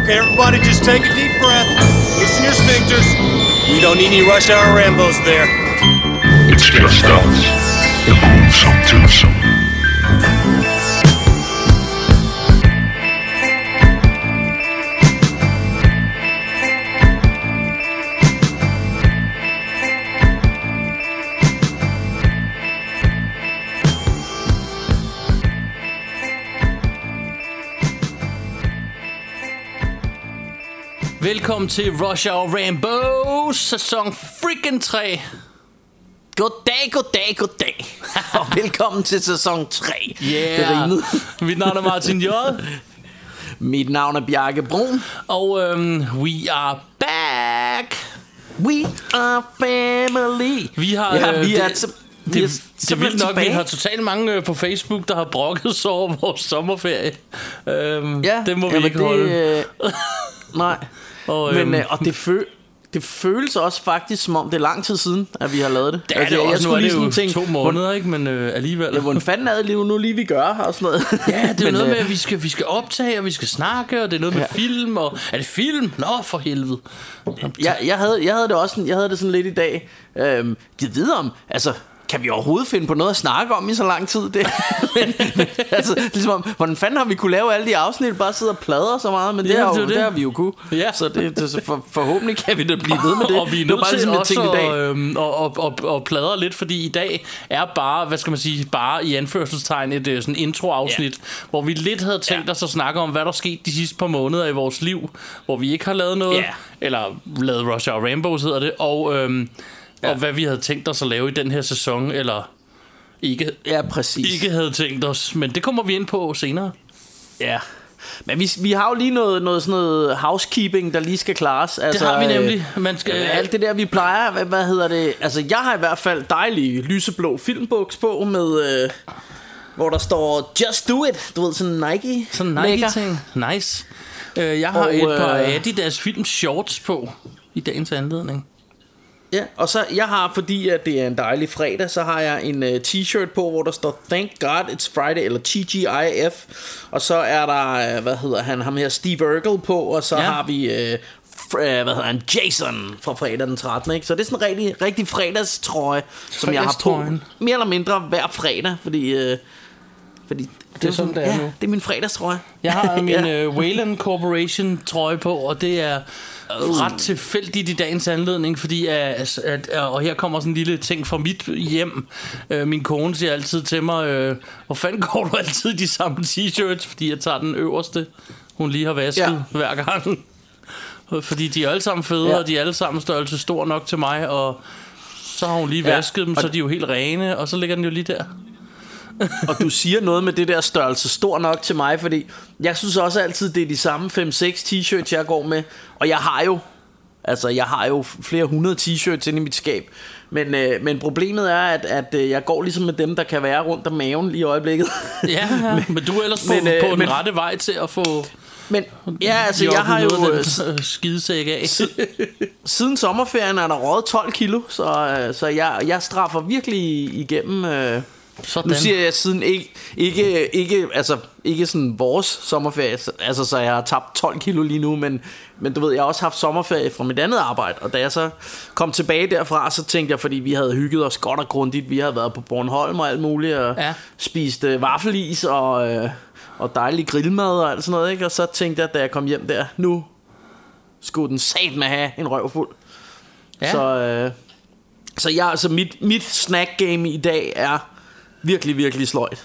Okay, everybody just take a deep breath. Loosen your sphincters. We don't need any rush hour Rambos there. It's just us. The gruesome twosome. Velkommen til Rush Hour Rambo, sæson freaking 3. Goddag. Og velkommen til sæson 3. Yeah. Det rimede. Mit navn er Martin J. Mit navn er Bjarke Brun. Og we are back. We are family. Vi har det er vildt nok, tilbage. vi har totalt mange på Facebook, der har brokket sig over vores sommerferie. Det må vi ikke holde. Nej. Og det føles også faktisk som om det er lang tid siden, at vi har lavet det. Det er det jeg også, nu er det jo tænke, 2 måneder, ikke? Men alligevel. Ja, hvordan fanden er det nu lige vi gør og sådan noget. Ja, det er noget med, at vi skal optage, og vi skal snakke, og det er noget med film, og er det film? Nå, for helvede. Jeg havde det også, jeg havde det sådan lidt i dag. Givet videre om, altså, kan vi overhovedet finde på noget at snakke om i så lang tid? Det, altså, ligesom, hvordan fanden har vi kunne lave alle de afsnit, bare sidde og pladre så meget? Men det har vi jo kunne. Ja. Så forhåbentlig kan vi da blive ved med det. Og vi er nødt til også at pladre lidt, fordi i dag er bare, hvad skal man sige, bare i anførselstegn et sådan introafsnit, hvor vi lidt havde tænkt os at snakke om, hvad der skete de sidste par måneder i vores liv, hvor vi ikke har lavet noget, eller lavet Rush Hour Rambos hedder det, og hvad vi havde tænkt os at lave i den her sæson, eller ikke, ikke havde tænkt os. Men det kommer vi ind på senere. Ja. Men vi har jo lige noget sådan noget housekeeping, der lige skal klares. Altså, det har vi nemlig. Man skal, alt det der vi plejer, hvad hedder det? Altså jeg har i hvert fald dejlige lyseblå filmbuks på med hvor der står Just Do It. Du ved, sådan Nike. Sådan Nike-ting. Nice. Jeg har et par Adidas film shorts på i dagens anledning. Ja, og så jeg har, fordi at det er en dejlig fredag, så har jeg en t-shirt på, hvor der står Thank God It's Friday, eller TGIF. Og så er der, hvad hedder han, ham her Steve Urkel på, og så har vi hvad hedder han, Jason fra fredag den 13. Ikke? Så det er sådan en rigtig fredagstrøje, som jeg har på mere eller mindre hver fredag, fordi det er sådan, det er nu. Det er min fredagstrøje. Jeg har min Wayland Corporation trøje på, og det er ret tilfældigt i dagens anledning, fordi og her kommer sådan en lille ting fra mit hjem. Min kone siger altid til mig, hvor fanden går du altid i de samme t-shirts, fordi jeg tager den øverste, hun lige har vasket hver gang. Fordi de er alle sammen fede, og de er alle sammen størrelse stor nok til mig, og så har hun lige vasket dem, så de er jo helt rene, og så ligger den jo lige der. Og du siger noget med det der størrelse stor nok til mig, fordi jeg synes også altid det er de samme 5-6 t-shirts jeg går med. Og jeg har jo flere 100 t-shirts inde i mit skab. Men problemet er at jeg går ligesom med dem der kan være rundt om maven lige i øjeblikket. Ja, men du er ellers på den rette vej til at få. Men ja, altså jeg har jo skidesæk af. Siden sommerferien er der røget 12 kilo, så jeg straffer virkelig igennem. Sådan. Nu siger jeg siden ikke sådan vores sommerferie, altså så jeg har tabt 12 kilo lige nu, men du ved, jeg har også haft sommerferie fra mit andet arbejde, og da jeg så kom tilbage derfra, så tænkte jeg, fordi vi havde hygget os godt og grundigt, vi havde været på Bornholm og alt muligt, og spist vaffelis og dejlig grillmad og alt sådan noget, ikke? Og så tænkte jeg, da jeg kom hjem der, nu skulle den satme have en røvfuld. Så mit snack game i dag er virkelig, virkelig sløjt.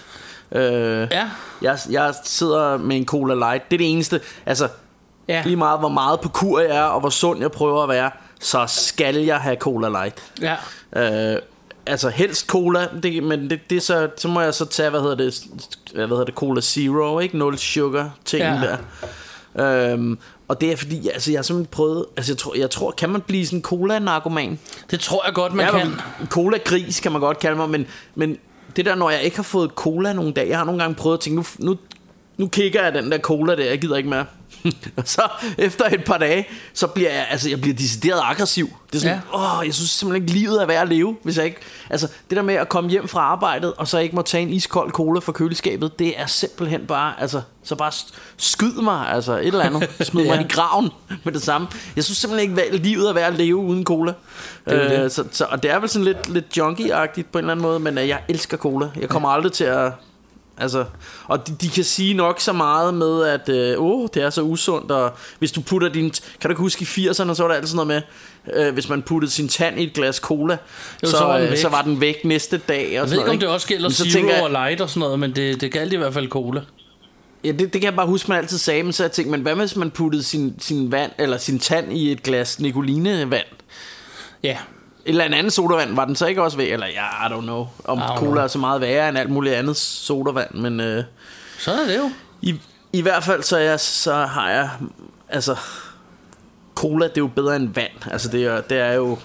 Jeg sidder med en Cola Light. Det er det eneste. Altså lige meget hvor meget på kur jeg er, og hvor sund jeg prøver at være, så skal jeg have Cola Light. Altså helst cola, men det så må jeg så tage, hvad hedder det, Cola Zero, ikke? 0 sugar tingen der. Og det er fordi, altså jeg har simpelthen prøvet, altså jeg tror, kan man blive sådan en cola-narkoman? Det tror jeg godt, man kan. Cola-gris kan man godt kalde mig, men det der, når jeg ikke har fået cola nogle dage, jeg har nogle gange prøvet at tænke, nu nu kigger jeg den der cola der, jeg gider ikke mere. Og så efter et par dage, så bliver jeg bliver decideret aggressiv. Det er sådan, jeg synes simpelthen ikke livet er værd at leve, hvis jeg ikke, altså det der med at komme hjem fra arbejdet og så ikke må tage en iskold cola fra køleskabet, det er simpelthen bare, altså så bare skyd mig, altså et eller andet, smid mig i graven med det samme. Jeg synes simpelthen ikke at livet er værd at leve uden cola. Så og det er vel sådan lidt junkie-agtigt på en eller anden måde, men jeg elsker cola. Jeg kommer aldrig til at, altså, og de kan sige nok så meget med at det er så usundt. Og hvis du putter kan du ikke huske i 80'erne, så var der altid noget med hvis man puttede sin tand i et glas cola, så var den væk næste dag. Og jeg ved ikke om det også gælder Zero og Light og sådan noget, men det galt i hvert fald cola. Ja, det kan jeg bare huske man altid sagde. Men så jeg tænkte, men hvad hvis man puttede sin vand eller sin tand i et glas Nicoline-vand? Ja. Eller en anden sodavand, var den så ikke også væk? Eller I don't know, om cola er så meget værre end alt muligt andet sodavand. Men så er det jo. I hvert fald så har jeg, altså, cola, det er jo bedre end vand. Altså det er jo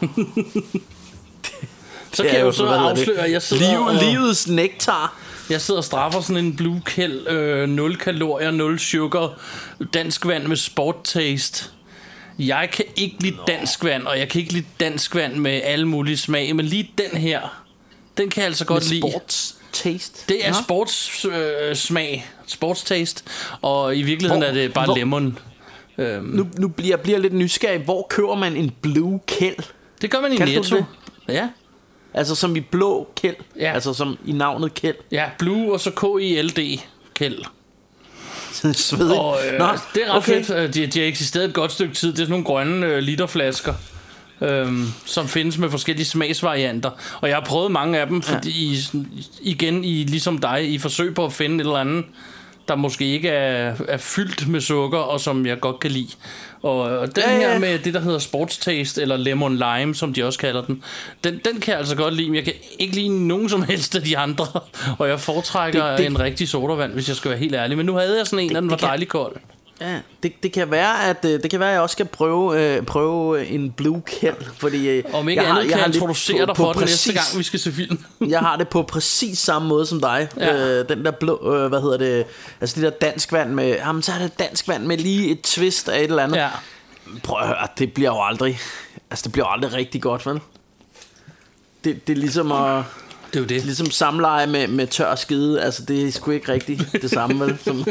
så kan jeg jo så afsløre at jeg sidder livets nektar. Jeg sidder og straffer sådan en Blue Kjeld, 0 kalorier, 0 sugar, dansk vand med sport taste. Jeg kan ikke lide dansk vand, og jeg kan ikke lide dansk vand med alle mulige smag, men lige den her, den kan jeg altså godt lide. Sports taste? Det er smag, sports taste, og i virkeligheden er det bare lemon. Nu bliver jeg lidt nysgerrig. Hvor køber man en Blue Kjeld? Det gør man i Netto. Ja. Altså som i blå Kjeld? Ja. Altså som i navnet Kjeld? Ja, Blue og så K-I-L-D, Kjeld. Svedigt. Og det er ret fedt. De har eksisteret et godt stykke tid. Det er sådan nogle grønne literflasker, som findes med forskellige smagsvarianter. Og jeg har prøvet mange af dem, fordi igen, ligesom dig, i forsøg på at finde et eller andet, der måske ikke er fyldt med sukker, og som jeg godt kan lide. Og den her med det, der hedder sports taste, eller lemon lime, som de også kalder den, den kan jeg altså godt lide, men jeg kan ikke lide nogen som helst af de andre. Og jeg foretrækker en rigtig sodavand, hvis jeg skal være helt ærlig. Men nu havde jeg sådan en, og den var dejlig kold. Ja, det kan være at jeg også skal prøve en Blue Kjeld, fordi om ikke andet kan jeg introducere dig for den næste gang vi skal se film. Jeg har det på præcis samme måde som dig. Den der blå, altså det der dansk vand med, jamen så er det dansk vand med lige et twist af et eller andet. Ja. Prøv at høre, det bliver jo aldrig rigtig godt, vel? Det er ligesom at det er jo det. Ligesom samleje med tør skide. Altså det er sgu ikke rigtigt det samme, vel? Som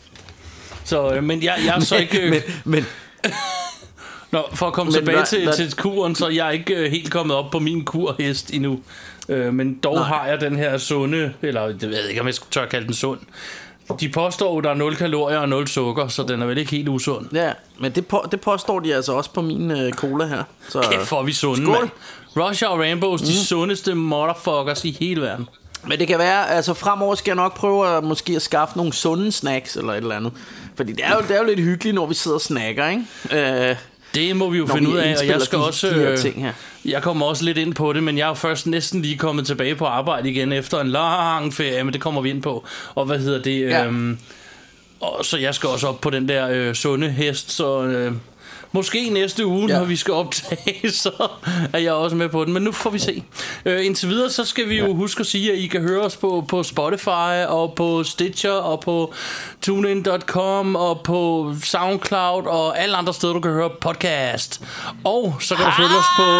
så, men jeg er så ikke... Men for at komme tilbage til kuren, så jeg er ikke helt kommet op på min kurhest endnu. Men dog har jeg den her sunde, eller jeg ved ikke, om jeg tør kalde den sund. De påstår, at der er 0 kalorier og 0 sukker, så den er vel ikke helt usund. Ja, men det påstår de altså også på min cola her. Så kæft, hvor er vi sunde, mand. Russia og Rambos, de sundeste motherfuckers i hele verden. Men det kan være, altså fremover skal jeg nok prøve måske at skaffe nogle sunde snacks eller et eller andet. Fordi det er jo lidt hyggeligt, når vi sidder og snakker, ikke? Det må vi jo finde ud af, og jeg skal også ting her. Jeg kommer også lidt ind på det, men jeg er jo først næsten lige kommet tilbage på arbejde igen efter en lang ferie, men det kommer vi ind på. Og hvad hedder det? Ja. Og så jeg skal også op på den der sunde hest, så måske næste uge, når vi skal optage, så er jeg også med på den. Men nu får vi se. Indtil videre, så skal vi jo huske at sige, at I kan høre os på Spotify, og på Stitcher, og på TuneIn.com, og på SoundCloud, og alle andre steder, du kan høre podcast. Og så kan du følge os på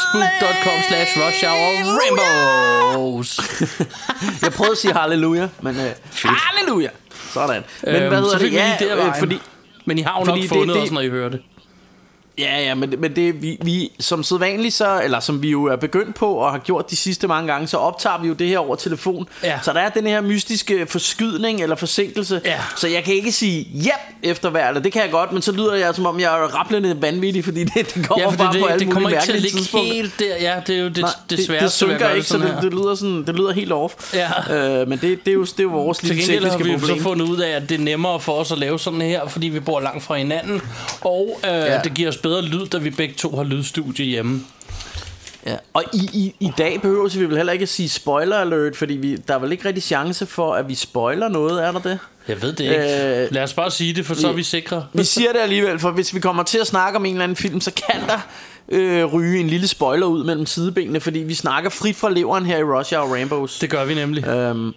Facebook.com/RushHourRainbows. Jeg prøvede at sige halleluja, men halleluja. Sådan. Men hvad hedder det? Ja, fordi... Men I har jo nok fundet os, når I hører det. Ja, men det vi som sædvanligt så, eller som vi jo er begyndt på og har gjort de sidste mange gange, så optager vi jo det her over telefon. Ja. Så der er den her mystiske forskydning eller forsinkelse. Ja. Så jeg kan ikke sige efter hver, eller det kan jeg godt, men så lyder jeg som om jeg er rablende vanvittig, fordi det kommer bare på alle mulige mærkelige tidspunkter. Helt der. Ja, det er jo det sværeste. Det synker ikke, så det lyder helt off. Ja. Men det er jo vores lille tekniske problem. Til gengæld har vi så fundet ud af, at det er nemmere for os at lave sådan her, fordi vi bor langt fra hinanden, og det giver os bedre lyd, da vi begge to har lydstudie hjemme. Ja. Og i dag behøver vi vel heller ikke at sige spoiler alert, fordi der er vel ikke rigtig chance for, at vi spoiler noget, er der det? Jeg ved det ikke. Lad os bare sige det, for så er vi sikre. Vi siger det alligevel, for hvis vi kommer til at snakke om en eller anden film, så kan der ryge en lille spoiler ud mellem sidebenene, fordi vi snakker frit fra leveren her i Russia og Rambos. Det gør vi nemlig.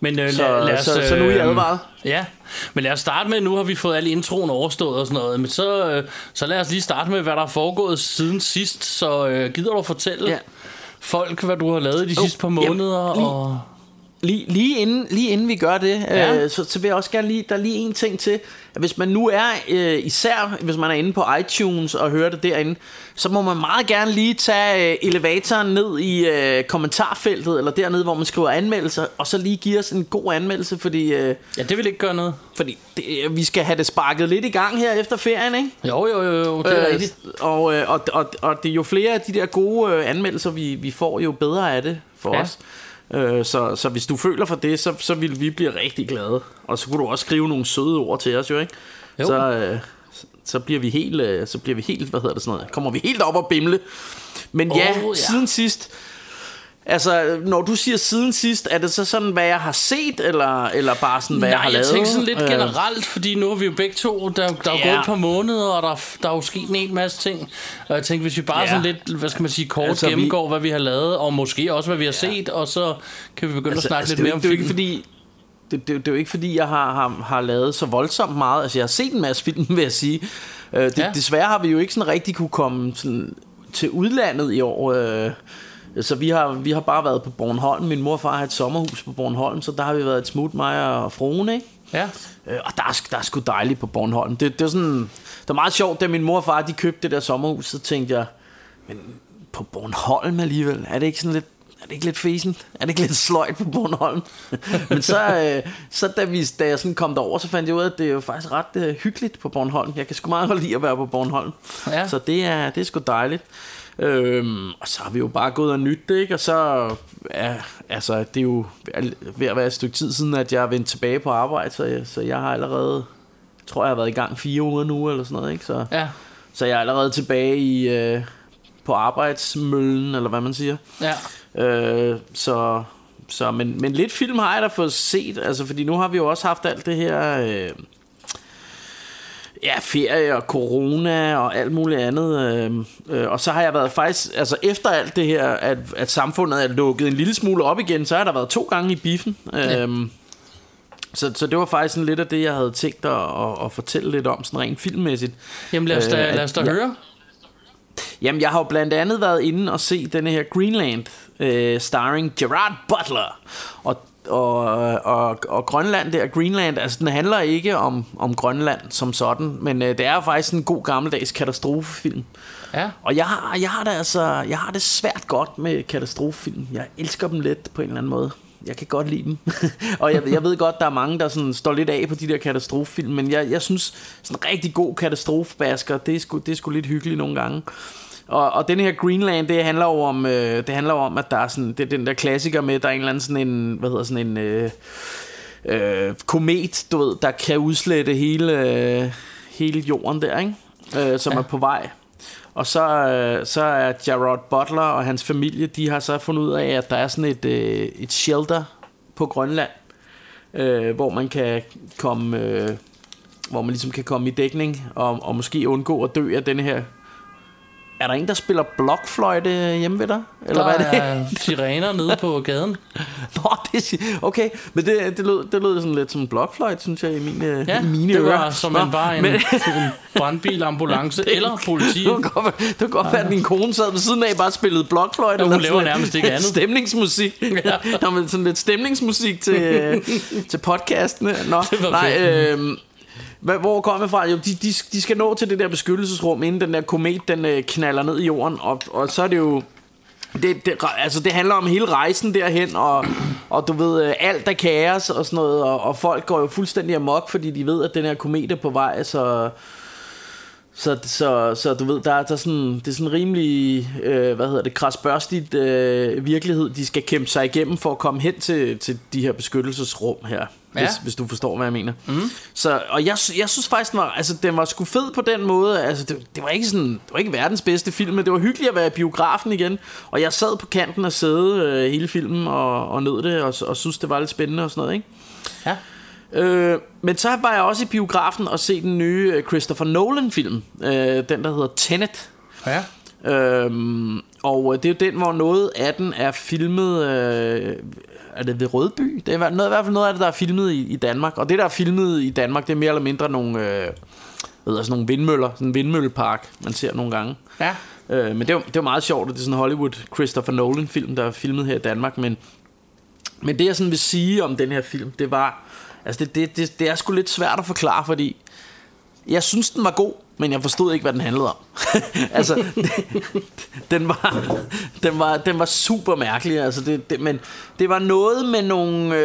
Men så nu er I advaret. Ja, men lad os starte med, nu har vi fået alle introen overstået og sådan noget, men så lad os lige starte med, hvad der er foregået siden sidst. Så gider du fortælle folk, hvad du har lavet de sidste par måneder? Lige inden vi gør det, så vil jeg også gerne der er lige en ting til, at hvis man nu er, især hvis man er inde på iTunes og hører det derinde, så må man meget gerne lige tage elevatoren ned i kommentarfeltet, eller dernede, hvor man skriver anmeldelser, og så lige give os en god anmeldelse, fordi... ja, det vil ikke gøre noget. Fordi vi skal have det sparket lidt i gang her efter ferien, ikke? Jo, det er rigtigt. Og det er jo flere af de der gode anmeldelser, vi får, jo bedre af det for os. Så hvis du føler for det, så vil vi blive rigtig glade. Og så kunne du også skrive nogle søde ord til os, jo, ikke? Jo. Så bliver vi helt, hvad hedder det sådan noget? Kommer vi helt op og bimle. Men siden sidst. Altså, når du siger siden sidst, er det så sådan, hvad jeg har set, eller bare sådan, hvad jeg har lavet? Nej, jeg tænker sådan lidt generelt, fordi nu er vi jo begge to, der er gået et par måneder, og der er jo sket en hel masse ting. Og jeg tænker, hvis vi bare sådan lidt, hvad skal man sige, kort gennemgår, hvad vi har lavet, og måske også, hvad vi har set, og så kan vi begynde at snakke lidt mere om film. Det er jo ikke fordi, jeg har lavet så voldsomt meget. Altså, jeg har set en masse film, vil jeg sige. Desværre har vi jo ikke sådan rigtig kunne komme sådan til udlandet i år. Så vi har bare været på Bornholm. Min mor og far har et sommerhus på Bornholm, så der har vi været et smut, mig og fruen, ikke? Ja. Og der er sgu dejligt på Bornholm. Det er sådan, det er meget sjovt, da min mor og far de købte det der sommerhus, så tænkte jeg, men på Bornholm alligevel, er det ikke sådan lidt, er det ikke lidt fesen? Er det ikke lidt sløjt på Bornholm? Men så da jeg sådan kom derover, så fandt jeg ud af, at det er jo faktisk ret hyggeligt på Bornholm. Jeg kan sgu meget godt lide at være på Bornholm. Ja. Så det er sgu dejligt. Og så har vi jo bare gået og nydt det, ikke? Og så altså, det er jo ved at være et stykke tid siden, at jeg er vendt tilbage på arbejde, så jeg har allerede, tror jeg har været i gang 4 uger nu eller sådan noget, ikke? Så jeg er allerede tilbage på arbejdsmøllen, eller hvad man siger. Ja. Men lidt film har jeg da fået set, altså, fordi nu har vi jo også haft alt det her ferie og corona og alt muligt andet, og så har jeg været faktisk, altså efter alt det her, at samfundet er lukket en lille smule op igen, så har der været 2 gange i biffen. Så det var faktisk sådan lidt af det, jeg havde tænkt at fortælle lidt om, sådan rent filmmæssigt. Jamen lad os da høre. Jamen, jeg har jo blandt andet været inde og se denne her Greenland, starring Gerard Butler. Og Grønland der, Greenland, altså den handler ikke om Grønland som sådan, men det er faktisk en god gammeldags katastrofefilm. Ja. Og jeg har det svært godt med katastrofefilm. Jeg elsker dem lidt på en eller anden måde. Jeg kan godt lide dem. Og jeg ved godt, der er mange, der sådan står lidt af på de der katastrofefilm, men jeg synes, sådan en rigtig god katastrofebasker, det er sgu lidt hyggeligt nogle gange. Og den her Greenland, det handler jo om, at der er sådan, det er den der klassiker med, der er en eller anden sådan en, hvad hedder sådan en komet, du ved, der kan udslette hele jorden der, ikke? Som er på vej. Og så er Gerard Butler og hans familie, de har så fundet ud af, at der er sådan et shelter på Grønland, hvor man kan komme, hvor man ligesom kan komme i dækning og måske undgå at dø af denne her. Er der en, der spiller blokfløjte hjemme ved dig? Eller der hvad er er sirener nede på gaden. Nå, okay. Men det lød sådan lidt som en blokfløjte, synes jeg, i mine det ører. var som bare en brandbil, ambulance eller politi. Det kunne godt være, at din kone sad ved siden af bare spillede blokfløjte. Hun laver nærmest ikke andet. Stemningsmusik. Ja. Nå, men sådan lidt stemningsmusik til podcastene. Nå, hvor kommer jeg fra? Jo, de skal nå til det der beskyttelsesrum, inden den der komet den knaller ned i jorden, og så er det jo det handler om hele rejsen derhen, og du ved, alt er kaos og sådan noget, og folk går jo fuldstændig amok, fordi de ved, at den her komet er på vej, så du ved, der er sådan, det er sådan rimelig krasbørstigt virkelighed, de skal kæmpe sig igennem for at komme hen til de her beskyttelsesrum her. Hvis du forstår, hvad jeg mener. Og jeg synes faktisk, den var sgu fed på den måde. Altså, det var ikke sådan, det var ikke verdens bedste film, men det var hyggeligt at være i biografen igen. Og jeg sad på kanten af sædet hele filmen og nød det, og synes, det var lidt spændende og sådan noget, ikke? Ja. Men så var jeg også i biografen og se den nye Christopher Nolan-film, den der hedder Tenet. Ja. Og det er jo den, hvor noget af den er filmet er det ved Rødby? Det er noget, i hvert fald noget af det, der er filmet i Danmark. Og det, der er filmet i Danmark, det er mere eller mindre nogle, sådan nogle vindmøller. Sådan en vindmøllepark, man ser nogle gange. Ja. Men det er jo meget sjovt, at det er sådan en Hollywood Christopher Nolan film, der er filmet her i Danmark. Men det jeg sådan vil sige om den her film, det var, altså det er sgu lidt svært at forklare, fordi jeg synes den var god, men jeg forstod ikke hvad den handlede om. Altså den var super mærkelig. Altså men det var noget med nogle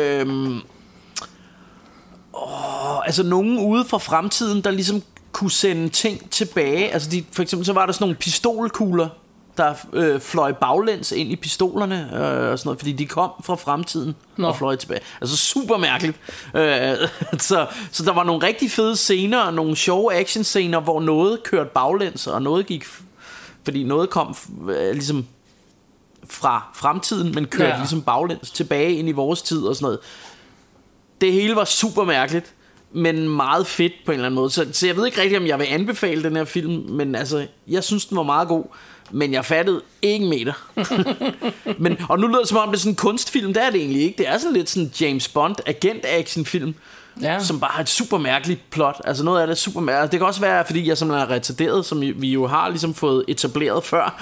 altså nogen ude fra fremtiden, der ligesom kunne sende ting tilbage. Altså for eksempel så var der sådan nogle pistolkugler, der fløj baglæns ind i pistolerne og sådan noget, fordi de kom fra fremtiden og fløj tilbage. Altså super mærkeligt. Så der var nogle rigtig fede scener og nogle sjove actionscener, hvor noget kørte baglæns og noget gik, fordi noget kom ligesom fra fremtiden, men kørte ligesom baglæns tilbage ind i vores tid og sådan noget. Det hele var super mærkeligt, men meget fedt på en eller anden måde. Så jeg ved ikke rigtig, om jeg vil anbefale den her film, men altså, jeg synes, den var meget god. Men jeg fattede ikke en meter. Og nu lyder det som om det er sådan en kunstfilm. Det er det egentlig ikke. Det er sådan lidt sådan James Bond agent-action-film, som bare har et super mærkeligt plot. Altså noget af det er super mærkeligt. Det kan også være, fordi jeg simpelthen er retarderet, som vi jo har ligesom fået etableret før.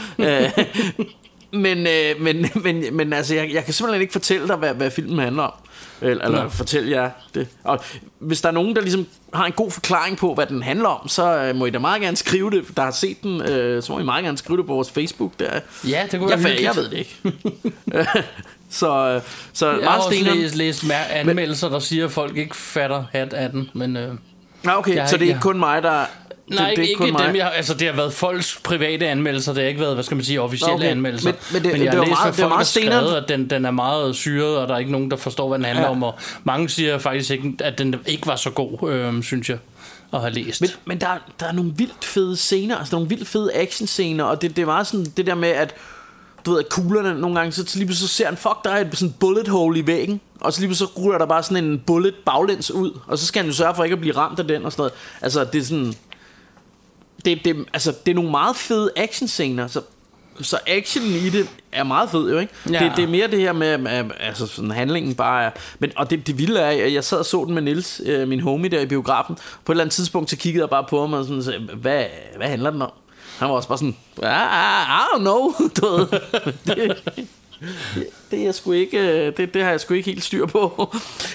Men altså jeg kan simpelthen ikke fortælle dig, hvad filmen handler om. Eller fortælle jer det. Og hvis der er nogen, der ligesom har en god forklaring på, hvad den handler om, så må I da meget gerne skrive det. Der har set den, så må I meget gerne skrive det på vores Facebook der. Ja, det kunne være hyggeligt. Jeg ved det ikke. så jeg har også læst anmeldelser, men, der siger, at folk ikke fatter hat af den. Men, okay, så det er ikke kun mig, der... Nej, det ikke dem. Altså, det har været folks private anmeldelser. Det har ikke været, hvad skal man sige, officielle anmeldelser. Men jeg har læst, at folk har skrevet, at den er meget syret, og der er ikke nogen, der forstår, hvad den handler om. Og mange siger faktisk ikke, at den ikke var så god, synes jeg, at have læst. Men der er nogle vildt fede scener, altså nogle vildt fede actionscener, og det er meget sådan det der med, at du ved, at kuglerne nogle gange, så lige pludselig så ser en fuck, der er et sådan bullet hole i væggen, og så lige pludselig så ryger der bare sådan en bullet baglæns ud, og så skal han jo sørge for ikke at blive ramt af den og sådan noget. Altså, det er sådan... Det er nogle meget fede actionscener, så actionen i det er meget fed jo, ikke? Ja. Det er mere det her med altså sådan handlingen bare er, men og det vilde er, at jeg sad og så den med Niels, min homie der i biografen. På et eller andet tidspunkt så kiggede jeg bare på ham og sådan sagde, hvad handler den om? Han var også bare sådan, I don't know. Det er sgu ikke, det har jeg sgu ikke helt styr på.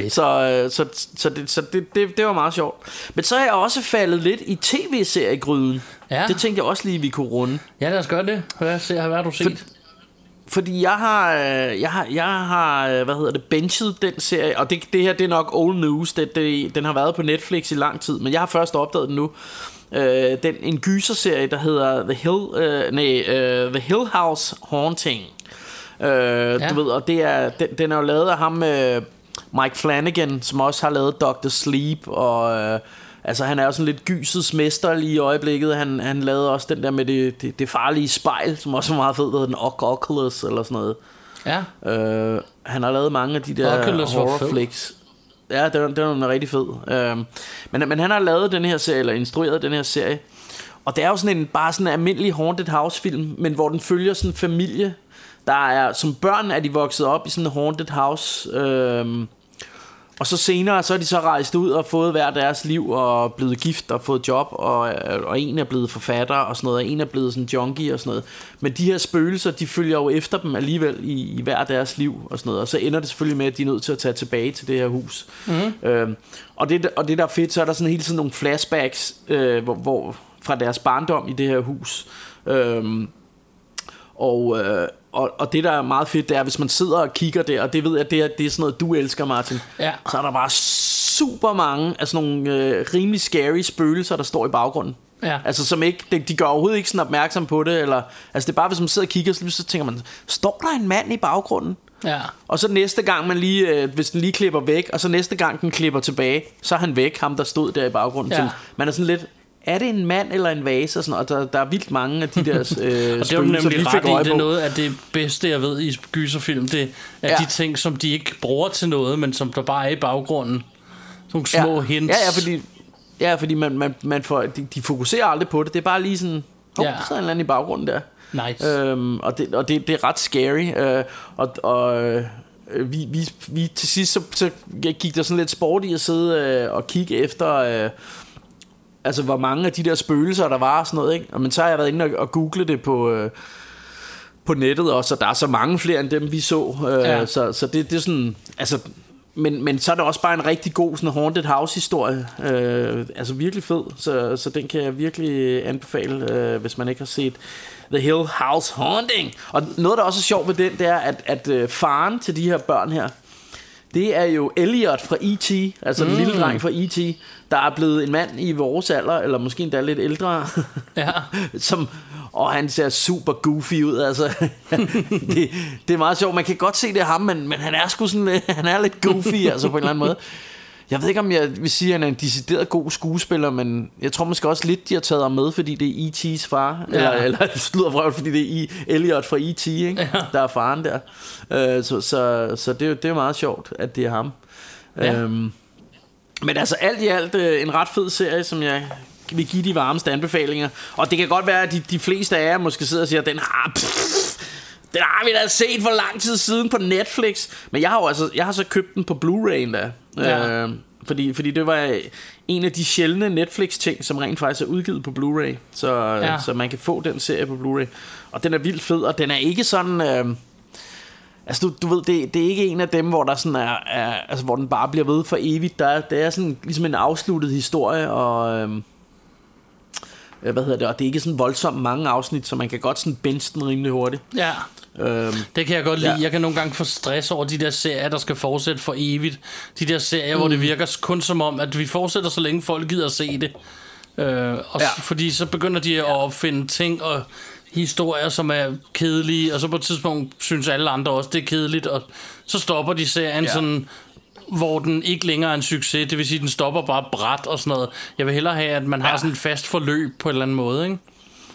Så det var meget sjovt. Men så er jeg også faldet lidt i tv-seriegryden. Ja. Det tænkte jeg også lige vi kunne runde. Ja, lad os gøre det. Hvad har du set? Fordi jeg har benchet den serie. Og det her det er nok old news. Den har været på Netflix i lang tid, men jeg har først opdaget den nu. En gyserserie der hedder The Hill House Haunting. Du ved, og det er den er jo lavet af ham Mike Flanagan, som også har lavet Dr. Sleep, og altså han er jo sådan lidt gysets mester lige i øjeblikket. Han lavede også den der med det farlige spejl, som også er meget fed, der hedder den Oculus eller sådan noget. Ja. Han har lavet mange af de der horror flicks. Ja, den er rigtig fed. Men han har lavet den her serie, eller instrueret den her serie, og det er jo sådan bare sådan en almindelig haunted house film, men hvor den følger sådan en familie. Der er, som børn er de vokset op i sådan en haunted house, og så senere så er de så rejst ud og fået hver deres liv og blevet gift og fået job, og en er blevet forfatter og sådan noget, og en er blevet sådan junkie og sådan noget. Men de her spøgelser, de følger jo efter dem alligevel i hver deres liv og sådan noget, og så ender det selvfølgelig med, at de er nødt til at tage tilbage til det her hus. Og det der er fedt, så er der sådan hele tiden nogle flashbacks hvor fra deres barndom i det her hus. Og det der er meget fedt, det er hvis man sidder og kigger der, og det ved jeg, det er sådan noget du elsker, Martin. Ja. Så er der bare super mange af sådan nogle rimelig scary spøgelser, der står i baggrunden. Ja. Altså som ikke, de gør overhovedet ikke sådan opmærksom på det, eller altså det er bare hvis man sidder og kigger, så tænker man, står der en mand i baggrunden? Ja. Og så næste gang man lige, hvis den lige klipper væk, og så næste gang den klipper tilbage, så er han væk, ham der stod der i baggrunden. Ja. Så man er sådan lidt, er det en mand eller en vase og sådan, og der er vildt mange af de der og det er jo nemlig ret i, det er noget af det bedste jeg ved i gyserfilm, det er de ting som de ikke bruger til noget, men som der bare er i baggrunden, nogle små hints. Fordi man får, de fokuserer aldrig på det, det er bare lige sådan, der sidder en eller anden i baggrunden der. Nice. Og det er ret scary, vi til sidst så gik der sådan lidt sport i at sidde og kigge efter altså hvor mange af de der spøgelser der var og sådan noget, ikke? Men så har jeg været inde og google det på nettet også, og der er så mange flere end dem vi så, så det er sådan, altså, men så er det også bare en rigtig god sådan haunted house historie, altså virkelig fed, så den kan jeg virkelig anbefale, hvis man ikke har set The Hill House Haunting. Og noget der også er sjovt ved den, det er at faren til de her børn her, det er jo Elliot fra E.T., altså den lille dreng fra E.T., der er blevet en mand i vores alder, eller måske endda lidt ældre, og han ser super goofy ud, altså. det er meget sjovt. Man kan godt se det er ham, men han er sgu sådan, han er lidt goofy, altså på en eller anden måde. Jeg ved ikke om jeg vil sige at han er en decideret god skuespiller, men jeg tror måske også lidt de har taget ham med, fordi det er E.T.'s far, eller sludderfrøvl, fordi det er Elliot fra E.T., ikke? Der er faren der. Så det er meget sjovt at det er ham. Men altså alt i alt en ret fed serie, som jeg vil give de varmeste anbefalinger. Og det kan godt være at de fleste af jer måske sidder og siger den har vi da set for lang tid siden på Netflix. Men jeg har så købt den på Blu-ray endda. Fordi det var en af de sjældne Netflix ting, som rent faktisk er udgivet på Blu-ray, så man kan få den serie på Blu-ray. Og den er vildt fed, og den er ikke sådan altså du ved, det er ikke en af dem, hvor der sådan er altså hvor den bare bliver ved for evigt. Det er sådan ligesom en afsluttet historie, og og det er ikke sådan voldsomt mange afsnit, så man kan godt sådan binge den rimelig hurtigt. Det kan jeg godt lide. Jeg kan nogle gange få stress over de der serier, der skal fortsætte for evigt. De der serier, hvor det virker kun som om at vi fortsætter så længe folk gider at se det. Fordi så begynder de at opfinde ting og historier, som er kedelige, og så på et tidspunkt synes alle andre også det er kedeligt, og så stopper de serien sådan, hvor den ikke længere er en succes. Det vil sige, den stopper bare brat og sådan noget. Jeg vil hellere have, at man har sådan et fast forløb på en eller anden måde, ikke?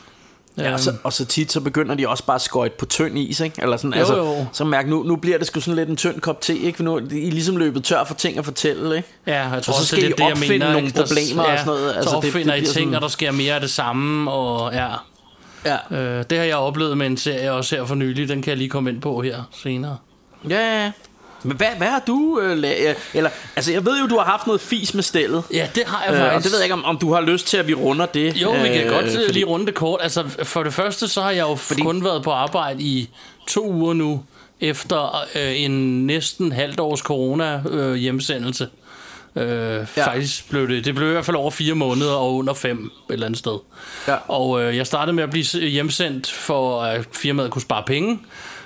Og så tit så begynder de også bare at skøjte på tynd is, ikke? Eller sådan, jo. Så mærk nu bliver det sgu sådan lidt en tynd kop te, ikke? For nu er I ligesom løbet tør for ting at fortælle, ikke? Ja, jeg tror og så skal I opfinde nogle problemer og sådan noget. Så opfinder I ting, sådan, og der sker mere af det samme, og det har jeg oplevet med en serie også her for nylig. Den kan jeg lige komme ind på her senere. Ja. Men hvad har du eller altså jeg ved jo du har haft noget fis med stellet. Ja, det har jeg faktisk. Og det ved jeg ikke om du har lyst til at vi runder det. Jo, vi kan godt lige runde det kort. Altså for det første så har jeg jo kun været på arbejde i 2 uger nu efter en næsten halvt års corona hjemsendelse. Faktisk blev det blev i hvert fald over 4 måneder og under 5 et eller andet sted. Og jeg startede med at blive hjemsendt for at firmaet kunne spare penge.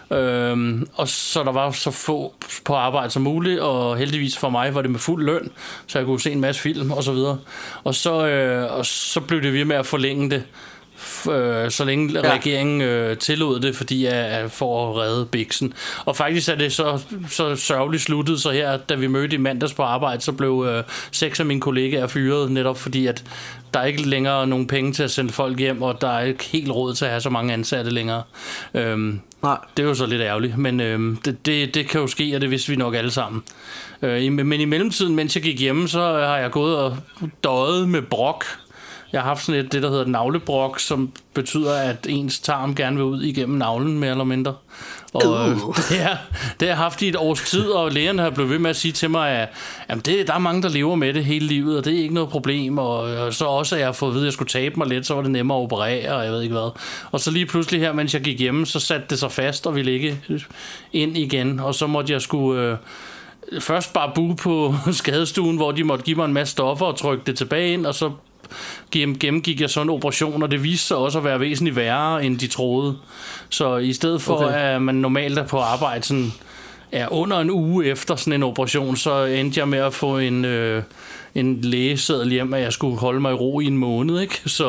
Og så der var så få på arbejde som muligt, og heldigvis for mig var det med fuld løn, så jeg kunne se en masse film og så videre. Og så blev det ved med at forlænge det, så længe regeringen tillod det, fordi jeg for at redde biksen. Og faktisk er det så sørgeligt sluttet, så her da vi mødte i mandags på arbejde, så blev 6 af mine kollegaer fyret, netop fordi at der er ikke længere nogen penge til at sende folk hjem, og der er ikke helt råd til at have så mange ansatte længere. Nej. Det er jo så lidt ærgerligt, men det kan jo ske, og det vidste vi nok alle sammen. Men i mellemtiden, mens jeg gik hjemme, så har jeg gået og døjet med brok. Jeg har haft sådan det der hedder navlebrok, som betyder, at ens tarm gerne vil ud igennem navlen, mere eller mindre. Og det har jeg haft i et års tid, og lægerne har blevet ved med at sige til mig, at jamen der er mange, der lever med det hele livet, og det er ikke noget problem. Og så også, at jeg har fået at vide, at jeg skulle tabe mig lidt, så var det nemmere at operere, og jeg ved ikke hvad. Og så lige pludselig her, mens jeg gik hjemme, så satte det sig fast og ville ikke ind igen. Og så måtte jeg først bare bo på skadestuen, hvor de måtte give mig en masse stoffer og trykke det tilbage ind, og så gennemgik jeg sådan en operation, og det viste sig også at være væsentligt værre, end de troede. Så i stedet for, at man normalt er på arbejde sådan, under en uge efter sådan en operation, så endte jeg med at få en lægeseddel hjem, at jeg skulle holde mig i ro i en måned, ikke? Så,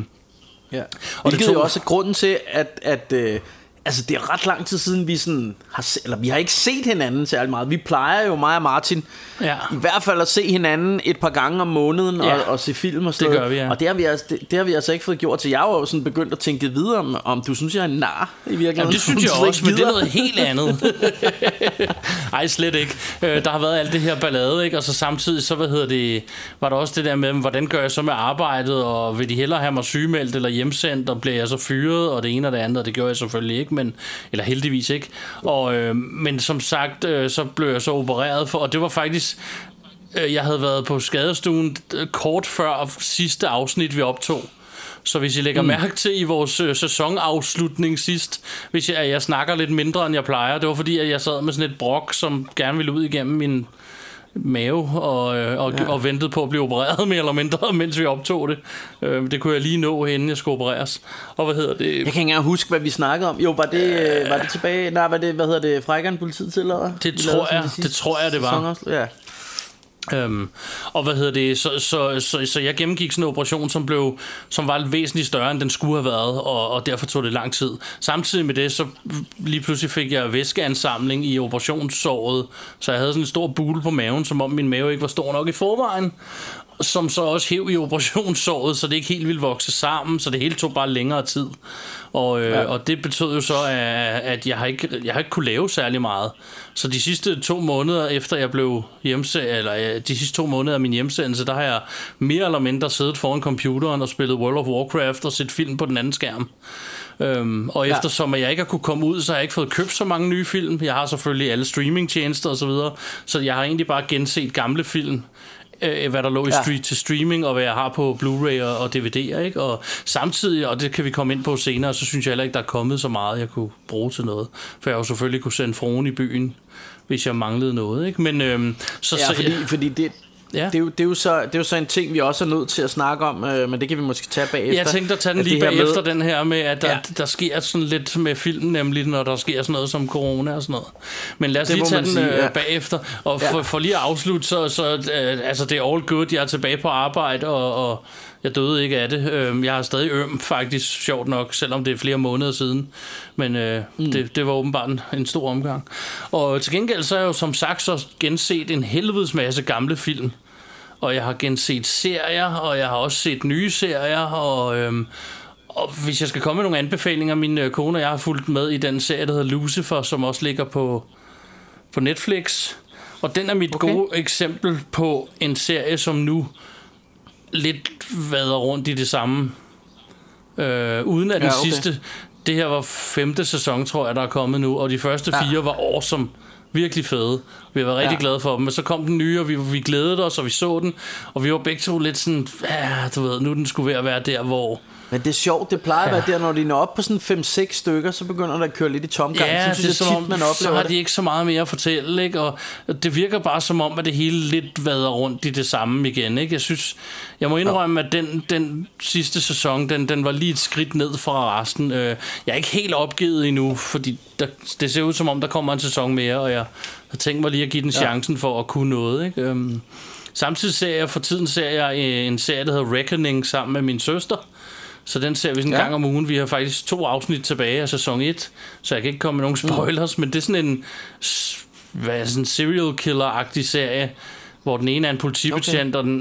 og det er jo også grunden til, at altså det er ret lang tid siden vi har ikke set hinanden særlig meget. Vi plejer jo, mig og Martin, i hvert fald at se hinanden et par gange om måneden og se film og sådan. Det gør vi, og det har vi altså ikke fået gjort. Så jeg var jo sådan begyndt at tænke videre om du synes jeg er en nar i virkeligheden. Jamen, det synes jeg også, men det er noget helt andet. Ej, slet ikke. Der har været alt det her ballade, ikke? Og så samtidig så var der også det der med, hvordan gør jeg så med arbejdet, og vil de hellere have mig sygemeldt eller hjemsendt, og bliver jeg så fyret, og det ene og det andet, og det gjorde jeg selvfølgelig ikke, ikke? Men, eller heldigvis ikke. Og, men som sagt, så blev jeg så opereret for, og det var faktisk... Jeg havde været på skadestuen kort før sidste afsnit, vi optog. Så hvis I lægger mærke til i vores sæsonafslutning sidst, hvis jeg snakker lidt mindre, end jeg plejer, det var fordi, at jeg sad med sådan et brok, som gerne ville ud igennem min mave og ventede på at blive opereret mere eller mindre, mens vi optog det. Det kunne jeg lige nå, inden jeg skulle opereres. Og hvad hedder det? Jeg kan ikke engang huske, hvad vi snakkede om. Jo, var det tilbage? Nej, var det, hvad hedder det, Frækkeren politiet til, eller? Det tror jeg, det var. Ja. Og hvad hedder det, så jeg gennemgik sådan en operation, som var væsentligt større, end den skulle have været, og derfor tog det lang tid. Samtidig med det, så lige pludselig fik jeg væskeansamling i operationssåret, så jeg havde sådan en stor bule på maven, som om min mave ikke var stor nok i forvejen, som så også hæv i operationssåret, så det ikke helt ville vokse sammen, så det hele tog bare længere tid. Og det betød jo så, at jeg har ikke kunne lave særlig meget. Så de sidste 2 måneder efter jeg blev hjemsendt, eller de sidste 2 måneder af min hjemsendelse, der har jeg mere eller mindre siddet foran computeren og spillet World of Warcraft og set film på den anden skærm. Og eftersom jeg ikke har kunne komme ud, så har jeg ikke fået købt så mange nye film. Jeg har selvfølgelig alle streamingtjenester og så videre, så jeg har egentlig bare genset gamle film, hvad der lå til streaming, og hvad jeg har på Blu-ray og DVD'er, ikke? Og samtidig, og det kan vi komme ind på senere, så synes jeg heller ikke, der er kommet så meget, jeg kunne bruge til noget. For jeg jo selvfølgelig kunne sende fruen i byen, hvis jeg manglede noget, ikke? Men fordi det... Ja. Det er jo så en ting, vi også er nødt til at snakke om, men det kan vi måske tage bagefter. Jeg tænkte at tage den lige bagefter, den her med, at der sker sådan lidt med filmen, nemlig når der sker sådan noget som corona og sådan noget. Men lad os lige tage den bagefter. Og for lige at afslutte, så altså det er all good, jeg er tilbage på arbejde, og jeg døde ikke af det. Jeg har stadig faktisk, sjovt nok, selvom det er flere måneder siden. Men det var åbenbart en stor omgang. Og til gengæld så er jeg jo som sagt så genset en helvedes masse gamle film. Og jeg har genset serier, og jeg har også set nye serier, og hvis jeg skal komme med nogle anbefalinger, min kone og jeg har fulgt med i den serie, der hedder Lucifer, som også ligger på Netflix. Og den er mit gode eksempel på en serie, som nu lidt vader rundt i det samme, uden at den sidste, det her var 5. sæson, tror jeg, der er kommet nu, og de første 4 var awesome, virkelig fede. Vi var rigtig glade for dem, men så kom den nye, og vi glædede os, og vi så den, og vi var begge to lidt sådan, du ved, nu den skulle ved at være der, hvor... Men det er sjovt, det plejer at være der, når de når op på sådan 5-6 stykker, så begynder der at køre lidt i tomgang. Ja, så synes jeg tit, man oplever så har de ikke så meget mere at fortælle, ikke? Og det virker bare som om, at det hele lidt vader rundt i det samme igen, ikke? Jeg må indrømme, at den sidste sæson, den var lige et skridt ned fra resten. Jeg er ikke helt opgivet endnu, fordi det ser ud som om, der kommer en sæson mere, og jeg har tænkt mig lige at give den chancen for at kunne noget, ikke? Samtidig ser jeg en serie, der hedder Reckoning, sammen med min søster. Så den ser vi sådan en gang om ugen. Vi har faktisk 2 afsnit tilbage af sæson 1, så jeg kan ikke komme med nogen spoilers, men det er sådan en serial killer-agtig serie, hvor den ene er en politibetjent, og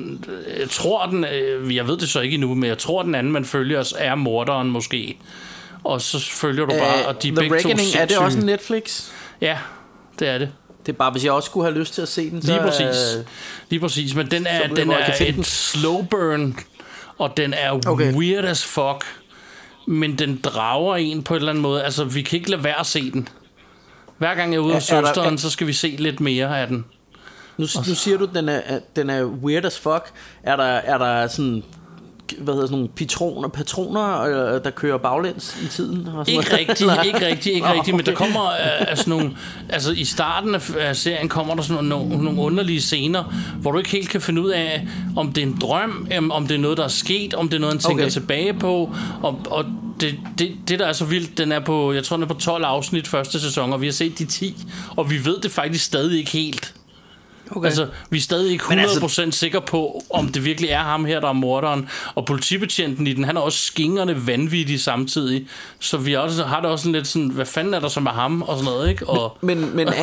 jeg ved det så ikke endnu, men jeg tror den anden, man følger os, er morderen måske. Og så følger du bare, og de begge to sindssyge. Er det også en Netflix? Ja, det er det. Det er bare, hvis jeg også skulle have lyst til at se den, så... Lige præcis, men den er et slow burn, og den er weird as fuck, men den drager en på en eller anden måde. Altså, vi kan ikke lade være at se den. Hver gang jeg er ude hos søsteren, så skal vi se lidt mere af den. Nu siger du, den er weird as fuck. Er der sådan... hvad hedder sådan nogle patroner, der kører baglæns i tiden? Ikke rigtigt, men der kommer sådan nogle, altså i starten af serien kommer der sådan nogle underlige scener, hvor du ikke helt kan finde ud af, om det er en drøm, om det er noget, der er sket, om det er noget, han tænker tilbage på, og det der er så vildt, jeg tror den er på 12 afsnit første sæson, og vi har set de 10, og vi ved det faktisk stadig ikke helt. Okay. Altså, vi er stadig ikke 100% sikre på, om det virkelig er ham her, der er morderen. Og politibetjenten i den, han er også skingerne vanvittig samtidig. Så vi også, har det også sådan lidt sådan, hvad fanden er der så med ham og sådan noget, ikke? Og, men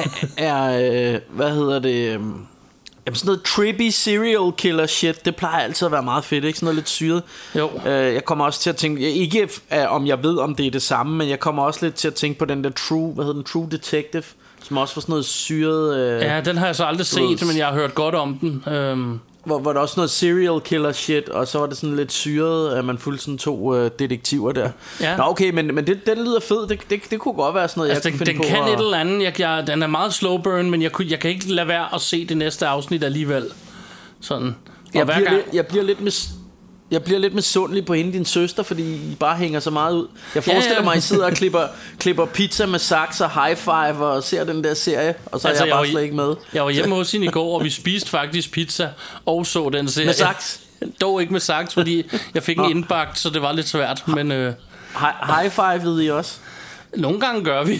hvad hedder det? Jamen sådan noget trippy serial killer shit, det plejer altid at være meget fedt, ikke? Sådan noget lidt syret. Jo. Jeg kommer også til at tænke, ikke om jeg ved, om det er det samme, men jeg kommer også lidt til at tænke på den der True Detective, som også var sådan noget syret... ja, den har jeg så aldrig set, men jeg har hørt godt om den. hvor der også noget serial killer shit, og så var det sådan lidt syret, at man fulgte sådan 2 detektiver der. Ja. Nå okay, men den lyder fed. Det kunne godt være sådan noget, altså, jeg kunne finde den på. kan et eller andet. Den er meget slow burn, men jeg kan ikke lade være at se det næste afsnit alligevel. Sådan. Jeg bliver lidt misundelig på hende, din søster, fordi I bare hænger så meget ud. Jeg forestiller mig, at I sidder og klipper pizza med saks og high five og ser den der serie, og så er jeg bare slet ikke med. Jeg var hjemme hos hende i går, og vi spiste faktisk pizza og så den serie. Med saks? Dog ikke med saks, fordi jeg fik en indbagt, så det var lidt svært. Men high five ved I også? Nogle gange gør vi.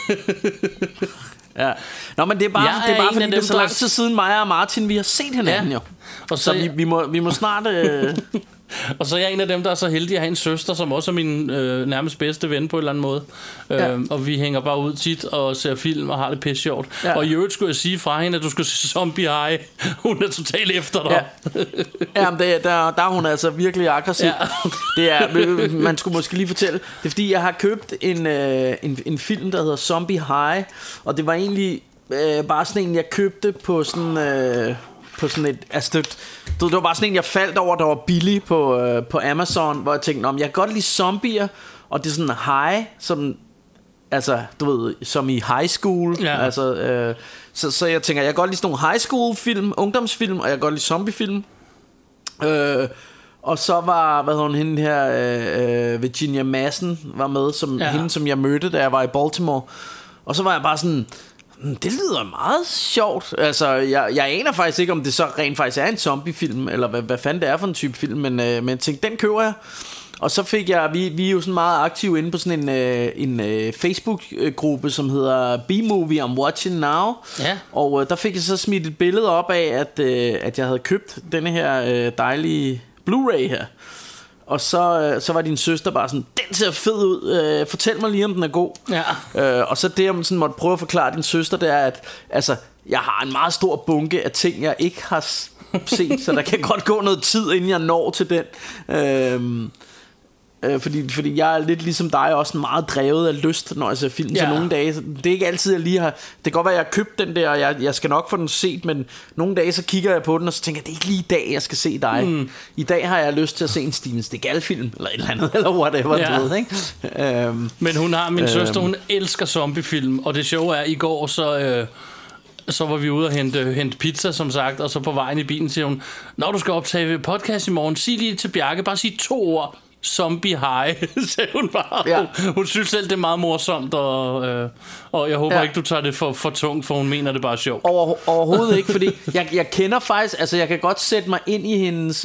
Ja. Nå, men det er bare fordi det er så lang tid siden mig og Martin vi har set hinanden jo. Og så vi må snart Og så er jeg en af dem, der er så heldig at have en søster, som også er min nærmest bedste ven på en eller anden måde. Og vi hænger bare ud tit og ser film og har det pisse sjovt. Og i øvrigt skulle jeg sige fra hende, at du skal se Zombie High. Hun er totalt efter dig. Jamen, der er hun altså virkelig aggressiv. Det er, man skulle måske lige fortælle. Det er fordi jeg har købt en film, der hedder Zombie High. Og det var egentlig bare sådan en, jeg købte på sådan... på sådan et, altså det var bare sådan en, jeg faldt over, der var billig på Amazon, hvor jeg tænkte, jeg kan godt lide zombier, og det er sådan high, som, altså, du ved, som i high school, altså, så jeg tænker, jeg kan godt lide sådan nogle high school film, ungdomsfilm, og jeg kan godt lide zombiefilm, og så var, hende her, Virginia Madsen var med, som hende, som jeg mødte, da jeg var i Baltimore, og så var jeg bare sådan, det lyder meget sjovt. Altså, jeg aner faktisk ikke, om det så rent faktisk er en zombiefilm, eller hvad fanden det er for en type film, men jeg tænkte, den køber jeg. Og så fik jeg, vi er jo sådan meget aktive inde på sådan en Facebook-gruppe, som hedder B-Movie I'm Watching Now. Ja. Og der fik jeg så smidt et billede op af, at jeg havde købt denne her dejlige Blu-ray her. Og så var din søster bare sådan, den ser fed ud, fortæl mig lige, om den er god. Og så det, jeg sådan måtte prøve at forklare din søster, det er, at altså, jeg har en meget stor bunke af ting, jeg ikke har set, så der kan godt gå noget tid, inden jeg når til den. Fordi jeg er lidt ligesom dig også meget drevet af lyst, når jeg ser film. Så nogle dage, det er ikke altid jeg lige har. Det kan godt være, at jeg har købt den der, og jeg skal nok få den set, men nogle dage så kigger jeg på den, og så tænker jeg, det er ikke lige i dag, jeg skal se dig. I dag har jeg lyst til at se en Steven Seagal film eller et eller andet, eller whatever, du ved, ikke? Men hun har, min søster, hun elsker zombiefilm, og det sjove er, i går så var vi ude og hente pizza, som sagt, og så på vejen i bilen siger hun, når du skal optage podcast i morgen, sig lige til Bjarke, bare sig 2 ord. Zombie High, sagde hun bare. Hun synes selv, det er meget morsomt, og jeg håber ikke, du tager det for tungt, for hun mener det bare er sjovt. Overhovedet ikke, fordi jeg kender faktisk, altså jeg kan godt sætte mig ind i hendes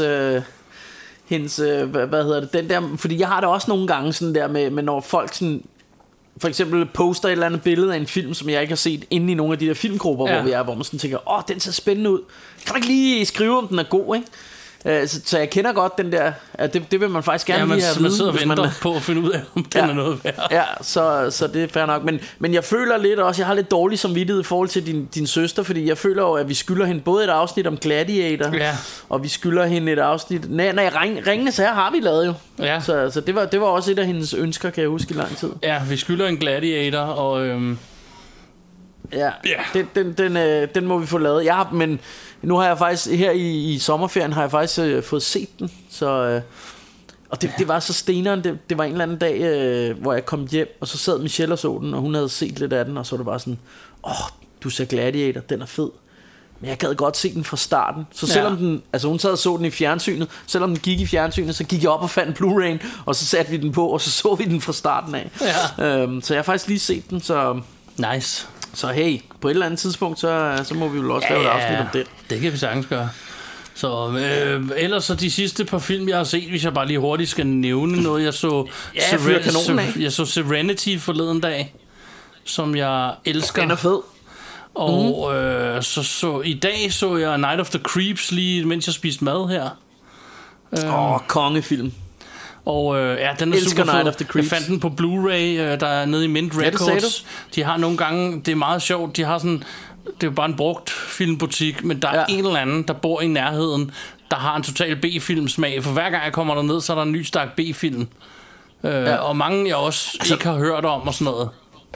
hvad hedder det, den der, fordi jeg har det også nogle gange sådan der med når folk sådan, for eksempel poster et eller andet billede af en film, som jeg ikke har set inde i nogle af de der filmgrupper, hvor vi er, hvor man sådan tænker, den ser spændende ud. Kan du ikke lige skrive, om den er god, ikke? Så jeg kender godt den der. Det vil man faktisk gerne lige have man sidder og venter på at finde ud af, om den er noget værd. Ja, så det er fair nok. Men jeg føler lidt også, jeg har lidt dårlig samvittighed i forhold til din søster, fordi jeg føler jo, at vi skylder hende både et afsnit om Gladiator, og vi skylder hende et afsnit. Nej, Ringenes Herre har vi lavet jo. Ja. Så det var også et af hendes ønsker, kan jeg huske, i lang tid. Ja, vi skylder en Gladiator, og den må vi få lavet. Men nu har jeg faktisk her i sommerferien har jeg faktisk fået set den. Så og det var så steneren. Det var en eller anden dag, hvor jeg kom hjem, og så sad Michelle og så den, og hun havde set lidt af den, og så var det bare sådan, du ser Gladiator, den er fed. Men jeg gad godt se den fra starten. Så selvom den, altså hun sad og så den i fjernsynet, selvom den gik i fjernsynet, så gik jeg op og fandt Blu-ray'en, og så satte vi den på, og så vi den fra starten af. Så jeg har faktisk lige set den, så nice. Så hey, på et eller andet tidspunkt, så må vi jo også lave et afsnit om det. Det kan vi sagtens gøre. Så ellers så de sidste par film, jeg har set, hvis jeg bare lige hurtigt skal nævne noget. Jeg så jeg så Serenity forleden dag, som jeg elsker. Den er fed. Og så i dag så jeg Night of the Creeps, lige mens jeg spiste mad her. Kongefilm. Og den er super fed. Jeg fandt den på Blu-ray, der er nede i Mint Records. De har nogle gange, det er meget sjovt, de har sådan, det er jo bare en brugt filmbutik, men der er en eller anden, der bor i nærheden, der har en total B-filmsmag. For hver gang jeg kommer derned, så er der en ny stak B-film. Og mange jeg også ikke har hørt om og sådan noget.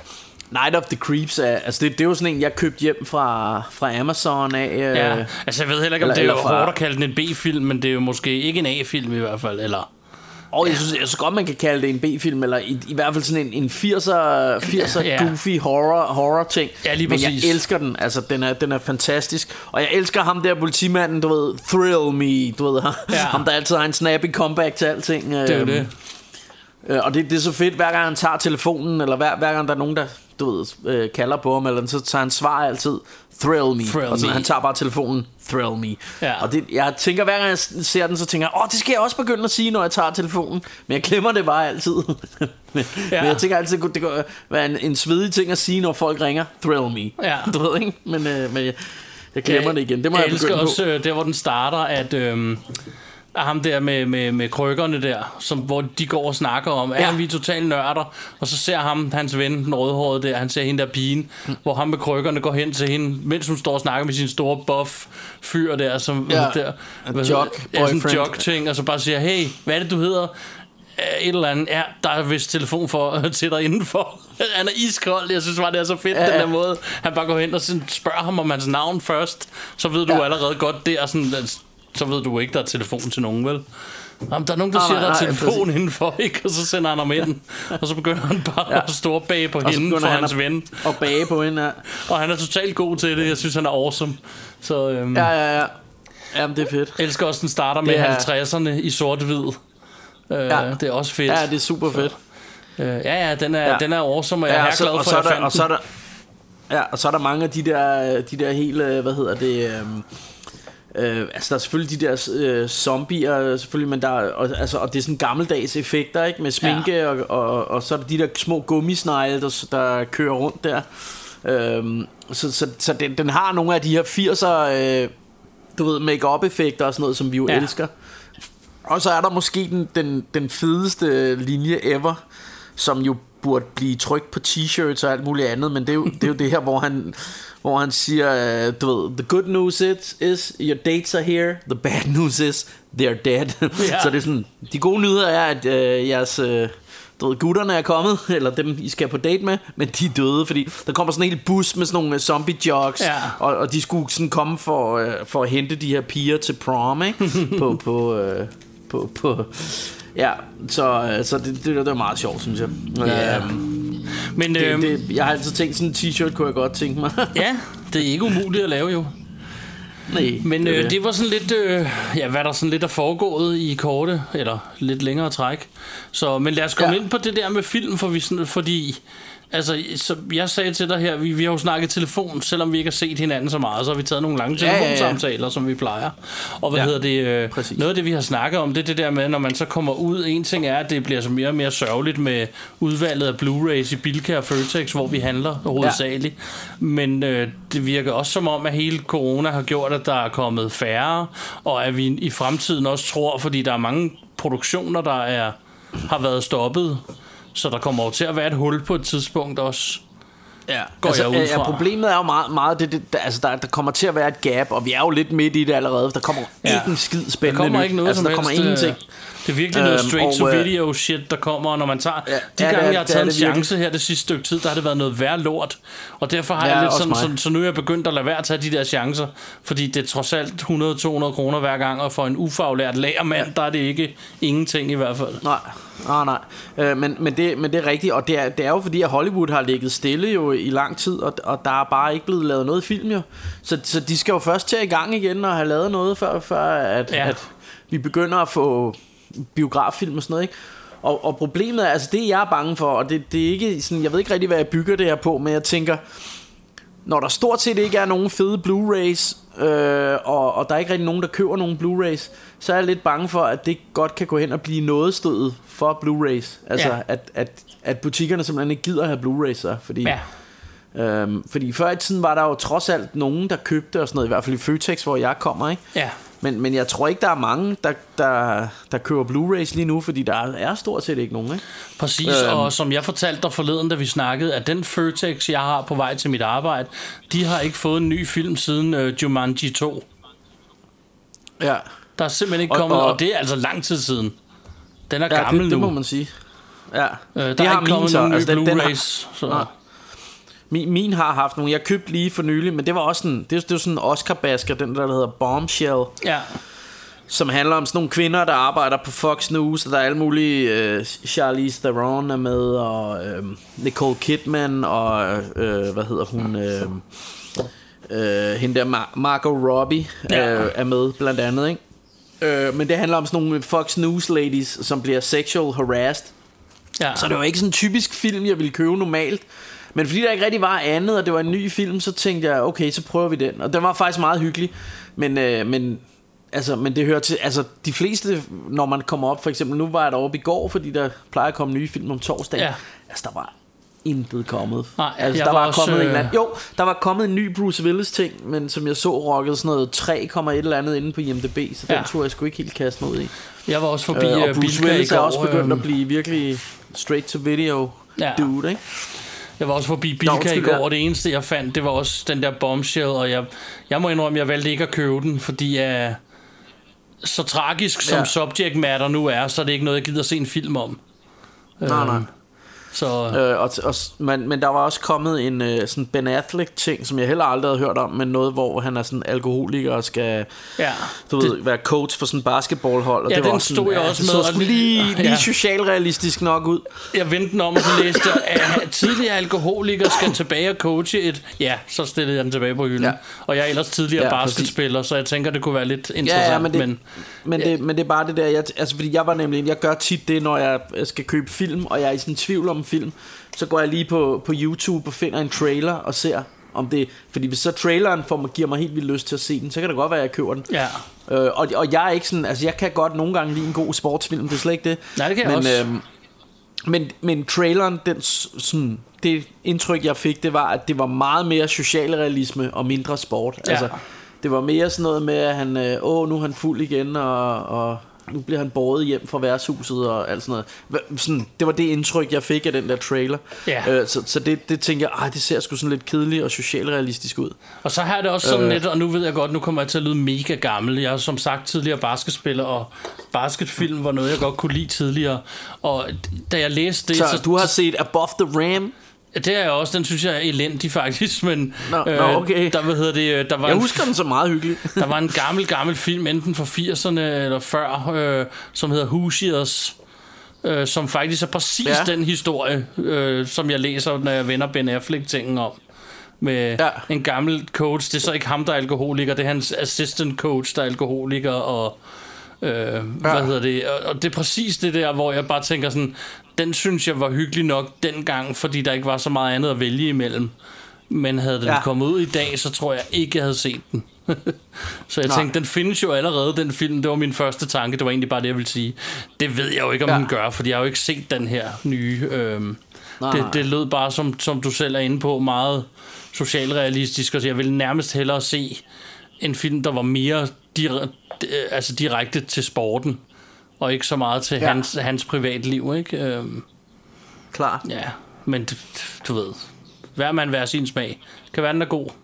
Night of the Creeps altså det er jo sådan en jeg købte hjem fra Amazon af. Ja, altså jeg ved heller ikke om det er jo hårdt at kalde den en B-film, men det er jo måske ikke en A-film i hvert fald, eller. Og jeg synes godt man kan kalde det en B-film, eller i hvert fald sådan en 80'er goofy horror ting. Ja, lige men præcis. jeg elsker den. Altså den er fantastisk. Og jeg elsker ham der politimanden, du ved, Thrill Me, du ved. Ham der altid har en snappy comeback til alting. Det er jo det. Og det er så fedt, hver gang han tager telefonen, eller hver gang der er nogen, der du ved, kalder på ham, eller så tager han svar altid, Thrill Me. Og så han tager bare telefonen, Thrill Me. Ja. Og det, jeg tænker, hver gang jeg ser den, så tænker jeg, det skal jeg også begynde at sige, når jeg tager telefonen. Men jeg glemmer det bare altid. men jeg tænker altid, det kan være en svedig ting at sige, når folk ringer, Thrill Me. Ja. Du ved ikke? Men jeg glemmer det igen. Det må jeg begynde på. Jeg elsker også, der hvor den starter, at ham der med krykkerne der, hvor de går og snakker om, vi er totalt nørder, og så ser hans ven, den rødhårede der, han ser hende der pigen, hvor ham med krykkerne går hen til hende, mens hun står og snakker med sin store buff fyr der, som der, sådan en jog-ting, og så bare siger, hey, hvad er det du hedder? Et eller andet, der er vist telefon til dig indenfor. Han er iskold. Jeg synes bare det er så fedt den der måde. Han bare går hen og spørger ham om hans navn først. Så ved du allerede godt det er sådan, så ved du ikke der er telefon til nogen, vel? Jamen, der er nogen der siger der er telefon indenfor, ikke? Og så sender han ham ind. Og så begynder han bare at stå og bage på hende for hans ven. Og bage på hende, Og han er totalt god til det. Jeg synes han er awesome. Så ja. Jamen det er fedt. Jeg elsker også den starter med 50'erne i sort-hvid. Det er også fedt. Ja, det er super fedt. Den er awesome, og jeg er glad for, at jeg fandt den. Og så er der mange af de der hele, hvad hedder det, altså der er selvfølgelig de der zombier selvfølgelig, men der er, og det er sådan gammeldags effekter, ikke, med sminke, og så er der de der små gummisnegle, der kører rundt der. Så den har nogle af de her 80'er, du ved, make-up effekter og sådan noget, som vi jo elsker. Og så er der måske den fedeste linje ever, som jo burde blive trykt på t-shirts og alt muligt andet, men det er jo det her, hvor han siger, du ved, the good news is your dates are here, the bad news is they're dead. Så det er sådan, de gode nyheder er, at jeres du ved, gutterne er kommet, eller dem I skal på date med, men de er døde, fordi der kommer sådan en hel bus med sådan nogle zombie jogs, og de skulle sådan komme for at hente de her piger til prom, ikke? på så det er meget sjovt, synes jeg. Men jeg har altid tænkt, sådan en t-shirt kunne jeg godt tænke mig. Ja, det er ikke umuligt at lave jo. Nej, men det var sådan lidt hvad der sådan lidt er foregået i korte eller lidt længere træk. Så men lad os komme ind på det der med film, fordi altså, så jeg sagde til dig her, vi har jo snakket telefon, selvom vi ikke har set hinanden så meget, så har vi taget nogle lange telefonsamtaler, som vi plejer. Og hvad hedder det? Noget af det, vi har snakket om, det er det der med, når man så kommer ud. En ting er, at det bliver så mere og mere sørgeligt med udvalget af Blu-rays i Bilka og Føtex, hvor vi handler hovedsageligt. Men det virker også som om, at hele corona har gjort, at der er kommet færre, og at vi i fremtiden også tror, fordi der er mange produktioner, der har været stoppet, så der kommer jo til at være et hul på et tidspunkt også. Ja, problemet er jo meget det altså der kommer til at være et gap, og vi er jo lidt midt i det allerede. Der kommer ikke en skid spændende. Der kommer ikke noget, altså, der kommer ingenting. Det er virkelig noget straight to video shit, der kommer, når man tager gange jeg har taget en chance her det sidste stykke tid, der har det været noget værd lort. Og derfor har jeg lidt sådan, så nu er jeg begyndt at lade være at tage de der chancer, fordi det er trods alt 100-200 kroner hver gang, og for en ufaglært lagermand, der er det ikke ingenting i hvert fald. Nej. Men det er rigtigt, og det er jo fordi, at Hollywood har ligget stille jo i lang tid, og der er bare ikke blevet lavet noget film jo. Så de skal jo først til i gang igen og have lavet noget, før at vi begynder at få biograffilm og sådan noget, ikke? Og problemet er, altså det jeg er bange for, og det er ikke sådan, jeg ved ikke rigtig hvad jeg bygger det her på, men jeg tænker, når der stort set ikke er nogen fede Blu-rays, og der er ikke rigtig nogen der køber nogen Blu-rays, så er jeg lidt bange for, at det godt kan gå hen og blive nådestødet for Blu-rays. Altså at butikkerne simpelthen ikke gider at have Blu-rays, fordi før i tiden var der jo trods alt nogen der købte og sådan noget, i hvert fald i Føtex, hvor jeg kommer, ikke? Ja. Men jeg tror ikke der er mange der køber Blu-rays lige nu, fordi der er stort set ikke nogen, ikke? Præcis. Og som jeg fortalte dig forleden, da vi snakkede, at den Føtex jeg har på vej til mit arbejde, de har ikke fået en ny film siden Jumanji 2. Ja. Der er simpelthen ikke kommet, og det er altså lang tid siden. Den er gammel nu. Det må man sige. Ja. Der er ikke kommet nogen nye Blu-rays. Min har haft nogle. Jeg købte lige for nylig, men det var også det var sådan en Oscar-basker, den der hedder Bombshell. Ja. Som handler om sådan nogle kvinder, der arbejder på Fox News, og der er alle mulige, Charlize Theron er med, og Nicole Kidman, og hvad hedder hun, hende der Margot Robbie er med blandt andet, ikke? Men det handler om sådan nogle Fox News ladies, som bliver sexual harassed. Ja. Så det var ikke sådan en typisk film, jeg ville købe normalt. Men fordi der ikke rigtig var andet, og det var en ny film, så tænkte jeg, okay, så prøver vi den. Og den var faktisk meget hyggelig. Men det hører til, altså de fleste, når man kommer op, for eksempel nu var jeg deroppe i går, fordi der plejer at komme nye film om torsdagen. Altså der var intet kommet. Nej, altså der var kommet en eller anden. Jo, der var kommet en ny Bruce Willis ting, men som jeg så rockede sådan noget 3,1 eller andet inde på IMDb, så den tror jeg sgu ikke helt kaste mig ud i. Jeg var også forbi og Bruce Willis er også begyndt at at blive virkelig straight to video dude, ikke? Jeg var også forbi Bilka i går, og det eneste jeg fandt, det var også den der Bombshell, og jeg må indrømme, jeg valgte ikke at købe den, fordi så tragisk som subject matter nu er, så er det ikke noget, jeg gider se en film om. Nej. Så. Men der var også kommet en sådan Ben Affleck ting, som jeg heller aldrig havde hørt om, men noget, hvor han er sådan alkoholiker og skal være coach for sådan en basketballhold. Og ja, det var den også stod jeg også med. Så skulle lige socialrealistisk nok ud. Jeg vendte den om, og så læste jeg, at tidligere alkoholiker skal tilbage og coache et. Ja, så stillede jeg den tilbage på hylden. Ja. Og jeg er ellers tidligere basketspiller, så jeg tænker, det kunne være lidt interessant. Men det er bare det der, fordi jeg gør tit det, når jeg skal købe film, og jeg er i sådan en tvivl om film, så går jeg lige på YouTube og finder en trailer og ser om det, fordi hvis så traileren giver mig helt vildt lyst til at se den, så kan det godt være, at jeg køber den. Ja. Og jeg er ikke sådan, altså jeg kan godt nogle gange lide en god sportsfilm, det er slet ikke det. Nej, det kan jeg også. Men traileren, sådan, det indtryk jeg fik, det var, at det var meget mere socialrealisme og mindre sport. Ja. Altså, det var mere sådan noget med, at han, nu er han fuld igen, og nu bliver han båret hjem fra værtshuset og alt sådan noget. Sådan, det var det indtryk, jeg fik af den der trailer. Ja. Så det tænker jeg, det ser sgu sådan lidt kedeligt og socialrealistisk ud. Og så har det også sådan lidt, og nu ved jeg godt, nu kommer jeg til at lyde mega gammel. Jeg er som sagt tidligere basketspiller, og basketfilm var noget, jeg godt kunne lide tidligere. Og da jeg læste det... Så du har set Above the Rim? Det er jeg også, den synes jeg er elendig faktisk, men okay. Der var jeg husker den så meget hyggelig. Der var en gammel film, enten fra 80'erne eller før, som hedder Hoosiers, som faktisk er præcis den historie, som jeg læser, når jeg vender Ben Affleck-tingen om. Med en gammel coach, det er så ikke ham, der er alkoholiker, det er hans assistant coach, der er alkoholiker, og og det er præcis det der, hvor jeg bare tænker sådan, den synes jeg var hyggelig nok dengang, fordi der ikke var så meget andet at vælge imellem. Men havde den kommet ud i dag, så tror jeg ikke, jeg havde set den. Så jeg tænkte, den findes jo allerede, den film. Det var min første tanke, det var egentlig bare det, jeg ville sige. Det ved jeg jo ikke, om den gør, fordi jeg har jo ikke set den her nye. Det lød bare, som du selv er inde på, meget socialrealistisk. Og jeg ville nærmest hellere se en film, der var mere direkte til sporten, og ikke så meget til hans privatliv, ikke? Klar. Ja, men du ved, hver mand hver sin smag. Kan være den er god.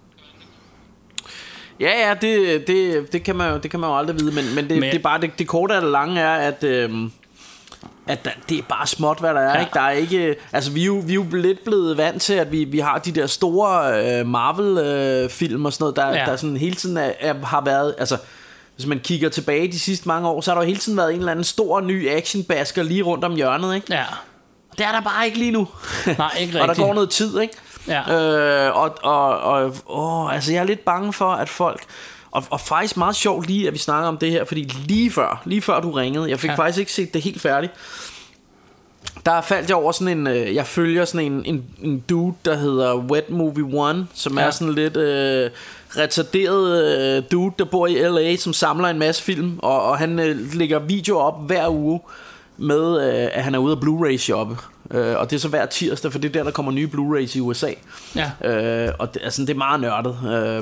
Ja, det kan man jo aldrig vide, men det er bare det korte af det lange er, at det er bare småt, hvad der er, ikke? Der er ikke, altså vi er jo lidt blevet vant til, at vi har de der store Marvel-film og sådan noget, der sådan hele tiden har været, altså hvis man kigger tilbage de sidste mange år, så har der jo hele tiden været en eller anden stor ny actionbasker lige rundt om hjørnet, ikke? Ja. Det er der bare ikke lige nu. Nej, ikke rigtigt. Og der går noget tid, ikke? Ja. Altså jeg er lidt bange for, at folk... Og faktisk meget sjovt lige, at vi snakker om det her, fordi lige før du ringede, jeg fik faktisk ikke set det helt færdigt. Der faldt jeg over sådan en, jeg følger sådan en dude, der hedder Wet Movie One, som er sådan lidt retarderet dude, der bor i LA, som samler en masse film, og han lægger videoer op hver uge med, at han er ude af Blu-ray shoppe. Og det er så hver tirsdag, for det er der kommer nye Blu-rays i USA. Ja. Og det er meget nørdet.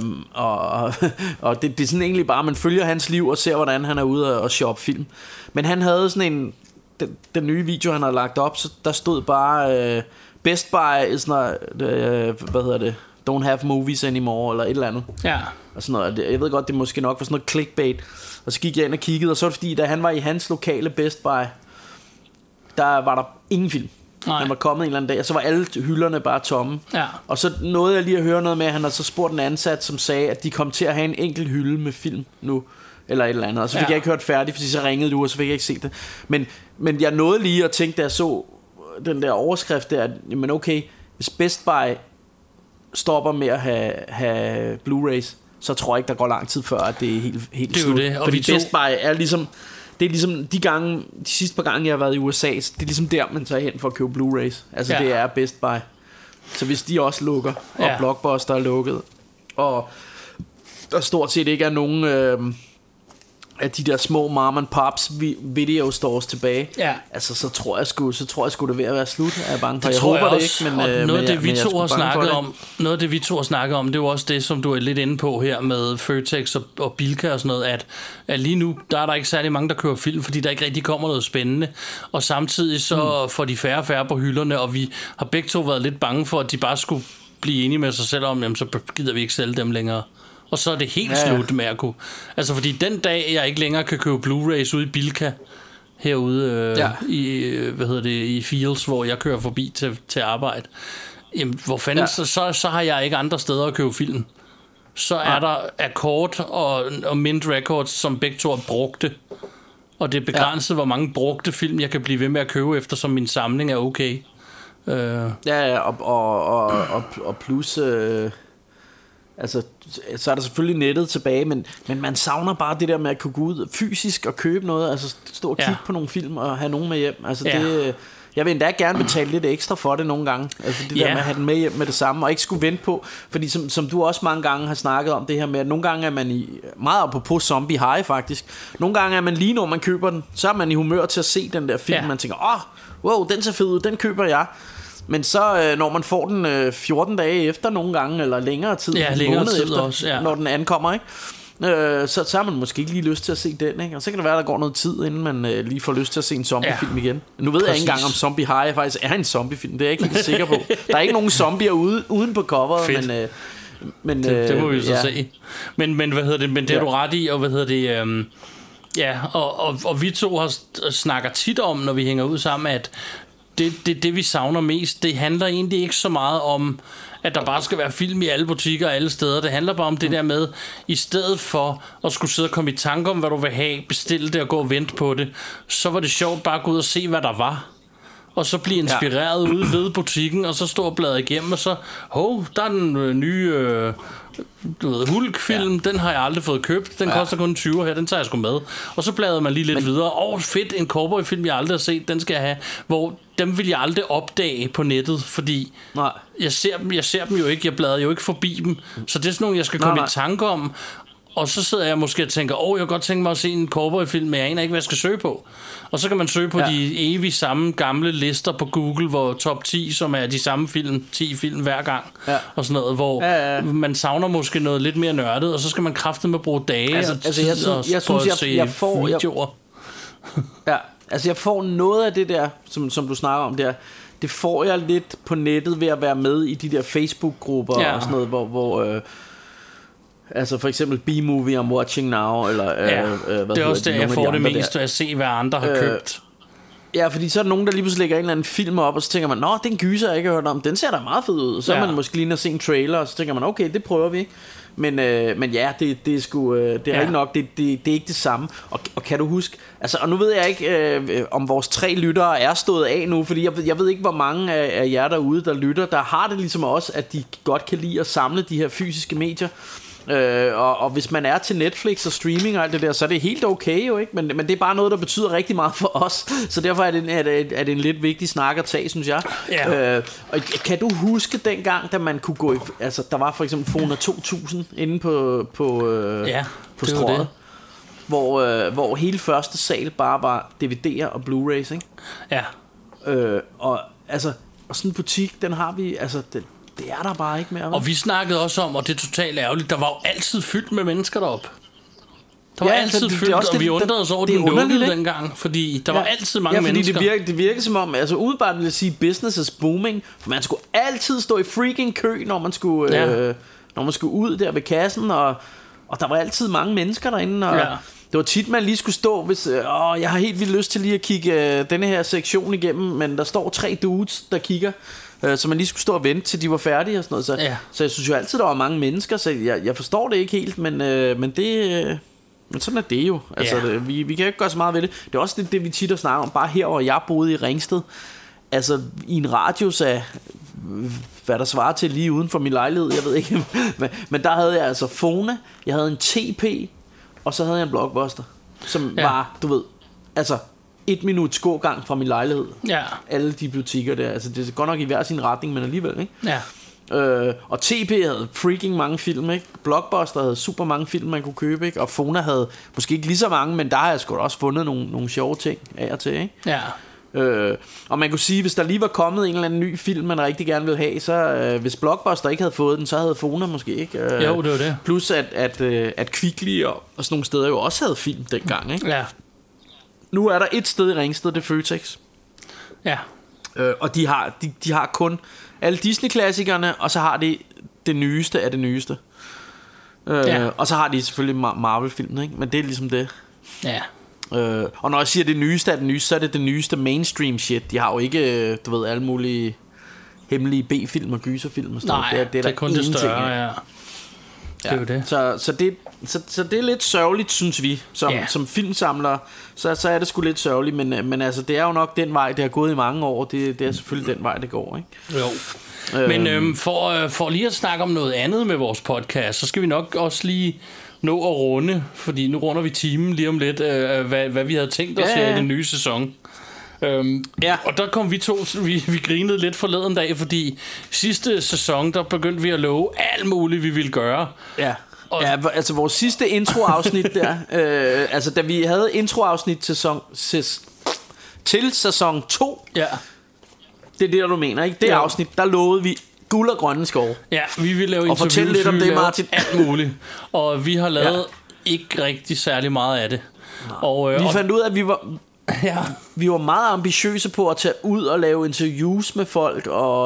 Og det er sådan egentlig bare, man følger hans liv og ser, hvordan han er ude og shoppe film. Men han havde sådan en, den nye video, han har lagt op, så der stod bare Best Buy is not, don't have movies anymore, eller et eller andet. Ja. Og sådan noget. Jeg ved godt, det måske nok var sådan noget clickbait. Og så gik jeg ind og kiggede, og så var det fordi, da han var i hans lokale Best Buy, der var der ingen film. Nej. Han var kommet en eller anden dag, og så var alle hylderne bare tomme. Ja. Og så nåede jeg lige at høre noget med, at han har så spurgt en ansat, som sagde, at de kom til at have en enkelt hylde med film nu, eller et eller andet. Og så fik jeg ikke hørt færdigt, fordi så ringede du, og så fik jeg ikke set det. Men jeg nåede lige at tænke, da jeg så den der overskrift der, at jamen okay, hvis Best Buy stopper med at have Blu-rays, så tror jeg ikke, der går lang tid før, at det er helt det er slut. det. Og fordi Best Buy er ligesom... Det er ligesom de sidste par gange, jeg har været i USA, det er ligesom der, man tager hen for at købe Blu-rays. Altså det er Best Buy. Så hvis de også lukker, og Blockbuster er lukket, og der stort set ikke er nogen af de der små mom and pops video stores tilbage, altså så tror jeg sgu det er ved at være slut. Jeg er bange for. Jeg håber det ikke, men noget af det vi to har snakket om, det er jo også det, som du er lidt inde på her med Føtex og Bilka og sådan noget, at lige nu der er der ikke særlig mange der køber film, fordi der ikke rigtig kommer noget spændende, og samtidig så får de færre og færre på hylderne, og vi har begge to været lidt bange for, at de bare skulle blive enige med sig selv om, jamen så gider vi ikke sælge dem længere. Og så er det helt slut med at kunne. Altså fordi den dag jeg ikke længere kan købe Blu-rays ude i Bilka herude i Fields, hvor jeg kører forbi til arbejde. Jamen hvor fanden så har jeg ikke andre steder at købe film. Så er der Accord og Mint Records, som begge to er brugte. Og det er begrænset hvor mange brugte film jeg kan blive ved med at købe, eftersom min samling er okay. Og plus altså, så er der selvfølgelig nettet tilbage, men man savner bare det der med at kunne gå ud fysisk og købe noget, altså stå og kigge på nogle film og have nogen med hjem. Altså det, jeg vil endda gerne betale lidt ekstra for det nogle gange, altså det der med at have den med hjem med det samme, og ikke skulle vente på, fordi som du også mange gange har snakket om det her med, at nogle gange er man meget apropos Zombie High faktisk, nogle gange er man lige når man køber den, så er man i humør til at se den der film, man tænker, wow, den ser fed ud, den køber jeg. Men så når man får den 14 dage efter nogle gange, eller længere tid, længere tid efter, også, når den ankommer, ikke? Så har man måske ikke lige lyst til at se den, ikke? Og så kan det være, der går noget tid, inden man lige får lyst til at se en zombiefilm igen. Nu ved jeg ikke engang, om Zombie High faktisk er en zombiefilm. Det er jeg ikke helt sikker på. Der er ikke nogen zombier uden på coveret, men det må vi jo så se. Men hvad hedder det? Men det er du ret i, og hvad hedder det? Og vi to snakker tit om, når vi hænger ud sammen, at det vi savner mest, det handler egentlig ikke så meget om, at der bare skal være film i alle butikker og alle steder. Det handler bare om det der med, i stedet for at skulle sidde og komme i tanke om, hvad du vil have, bestille det og gå og vente på det, så var det sjovt bare at gå ud og se, hvad der var. Og så blive inspireret ude ved butikken, og så stå og bladre igennem, og så, der er den nye Hulk-film, den har jeg aldrig fået købt, den koster kun 20 her, den tager jeg sgu med. Og så bladrer man lige lidt videre, fedt, en cowboy-film, jeg aldrig har set, den skal jeg have, hvor dem vil jeg aldrig opdage på nettet, fordi jeg ser dem jo ikke, jeg bladrer jo ikke forbi dem, så det er sådan nogle, jeg skal komme i tanke om. Og så sidder jeg måske og tænker, jeg kan godt tænke mig at se en cowboyfilm, men jeg aner ikke, hvad jeg skal søge på. Og så kan man søge på de evige samme gamle lister på Google, hvor top 10, som er de samme 10 film hver gang, og sådan noget, hvor man savner måske noget lidt mere nørdet, og så skal man kraftedeme med bruge dage jeg får videoer. Jeg får noget af det der, som du snakker om der. Det får jeg lidt på nettet ved at være med i de der Facebook-grupper og sådan noget, hvor altså for eksempel B-movie I'm watching now, eller det er også det, jeg får det mest af at se, hvad andre har købt. Ja, fordi så er der nogen, der lige pludselig lægger en eller anden film op, og så tænker man, nå, den gyser jeg ikke har hørt om, den ser da meget fed ud. Så er man måske lige at se en trailer, og så tænker man, okay, det prøver vi. Men ja, det er sgu, det er ikke nok, det er ikke det samme. Og kan du huske, altså, og nu ved jeg ikke, om vores 3 lyttere er stået af nu, fordi jeg ved ikke, hvor mange af jer derude, der lytter, der har det ligesom os, at de godt kan lide at samle de her fysiske medier. Og hvis man er til Netflix og streaming og alt det der, så er det helt okay jo, ikke? Men det er bare noget, der betyder rigtig meget for os. Så derfor er det en lidt vigtig snak at tage, synes jeg. Og kan du huske dengang, da man kunne gå altså der var for eksempel Fona 2000 inde på Strøget, hvor hele første sal bare var DVD'er og Blu-rays, ikke? Og altså, og sådan en butik, den har vi, altså det er der bare ikke mere. Og vi snakkede også om, og det er totalt ærgerligt, der var jo altid fyldt med mennesker deroppe. Der var altid fyldt, og vi undrede os over, den lukkede dengang, fordi der var altid mange mennesker. Det virkede som om, altså udebart ville jeg sige, business is booming, for man skulle altid stå i freaking kø, når man skulle ud der ved kassen, Og der var altid mange mennesker derinde, og det var tit, man lige skulle stå, hvis jeg har helt vildt lyst til lige at kigge denne her sektion igennem, men der står 3 dudes, der kigger, så man lige skulle stå og vente, til de var færdige og sådan noget. Så jeg synes jo altid, der var mange mennesker, så jeg forstår det ikke helt, men sådan er det jo. Altså, vi kan jo ikke gøre så meget ved det. Det er også det vi tit har snakket om, bare her, hvor jeg boede i Ringsted. Altså, i en radius af, hvad der svarer til lige uden for min lejlighed, jeg ved ikke. Men der havde jeg altså Fona, jeg havde en TP, og så havde jeg en Blockbuster, som var, du ved, altså 1 minuts gågang fra min lejlighed. Ja. Alle de butikker der, altså det er godt nok i hver sin retning, men alligevel, ikke? Ja. Og TP havde freaking mange film, ikke? Blockbuster havde super mange film, man kunne købe, ikke? Og Fona havde måske ikke lige så mange, men der har jeg sgu da også fundet nogle sjove ting af og til, ikke? Ja. Og man kunne sige, hvis der lige var kommet en eller anden ny film, man rigtig gerne ville have, så hvis Blockbuster ikke havde fået den, så havde Fona måske ikke. Jo, det var det. Plus at Kvickly og sådan nogle steder jo også havde film dengang, ikke? Ja. Nu er der et sted i Ringsted, det er Føtex. Ja. Og de har kun alle Disney-klassikerne, og så har de det nyeste af det nyeste. Og så har de selvfølgelig Marvel-filmen, ikke? Men det er ligesom det. Ja. Og når jeg siger det nyeste af det nyeste, så er det nyeste mainstream shit. De har jo ikke, du ved, alle mulige hemmelige B-film og gyserfilm og sådan noget. Nej, det er kun det større, ja. Det er jo det. Så det er lidt sørgeligt, synes vi, som filmsamlere. Så er det sgu lidt sørgeligt, men altså, det er jo nok den vej, det har gået i mange år. Det er selvfølgelig den vej, det går, ikke? Jo. Men for lige at snakke om noget andet med vores podcast, så skal vi nok også lige nå at runde, fordi nu runder vi timen lige om lidt, hvad vi havde tænkt os i den nye sæson. Og der kom vi grinede lidt forleden dag, fordi sidste sæson, der begyndte vi at love alt muligt, vi ville gøre. Ja. Altså vores sidste introafsnit der, altså da vi havde introafsnit til sæson 2, det er det, du mener, ikke? Det afsnit, der lovede vi guld og grønne skove. Ja, vi vil lave interviews, fortælle lidt om det, Martin. Alt muligt. Og vi har lavet ikke rigtig særlig meget af det. Vi fandt ud af, at vi var meget ambitiøse på at tage ud og lave interviews med folk,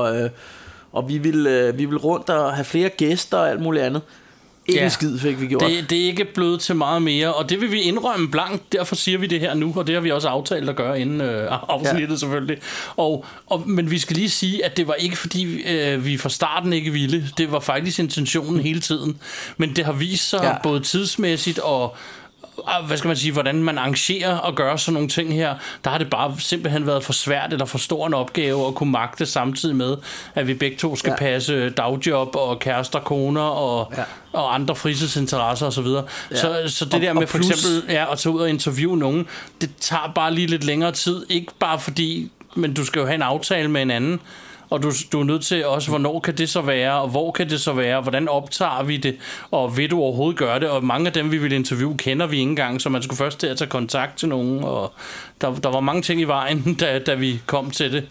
og vi ville rundt og have flere gæster og alt muligt andet. Ikke skid fik vi gjort. Det er ikke blevet til meget mere, og det vil vi indrømme blankt. Derfor siger vi det her nu, og det har vi også aftalt at gøre inden afsnittet selvfølgelig. Men vi skal lige sige, at det var ikke fordi vi fra starten ikke ville. Det var faktisk intentionen hele tiden. Men det har vist sig både tidsmæssigt og hvad skal man sige, hvordan man arrangerer og gør sådan nogle ting her, der har det bare simpelthen været for svært eller for stor en opgave at kunne magte, samtidig med at vi begge to skal passe dagjob og kærester, koner og andre fritidsinteresser og så videre. Så det der med for eksempel at tage ud og interviewe nogen, det tager bare lige lidt længere tid, ikke bare fordi, men du skal jo have en aftale med en anden. Og du er nødt til også, hvornår kan det så være, og hvor kan det så være, hvordan optager vi det, og vil du overhovedet gøre det? Og mange af dem, vi vil interviewe, kender vi ikke engang, så man skulle først til at tage kontakt til nogen, og der var mange ting i vejen, da vi kom til det.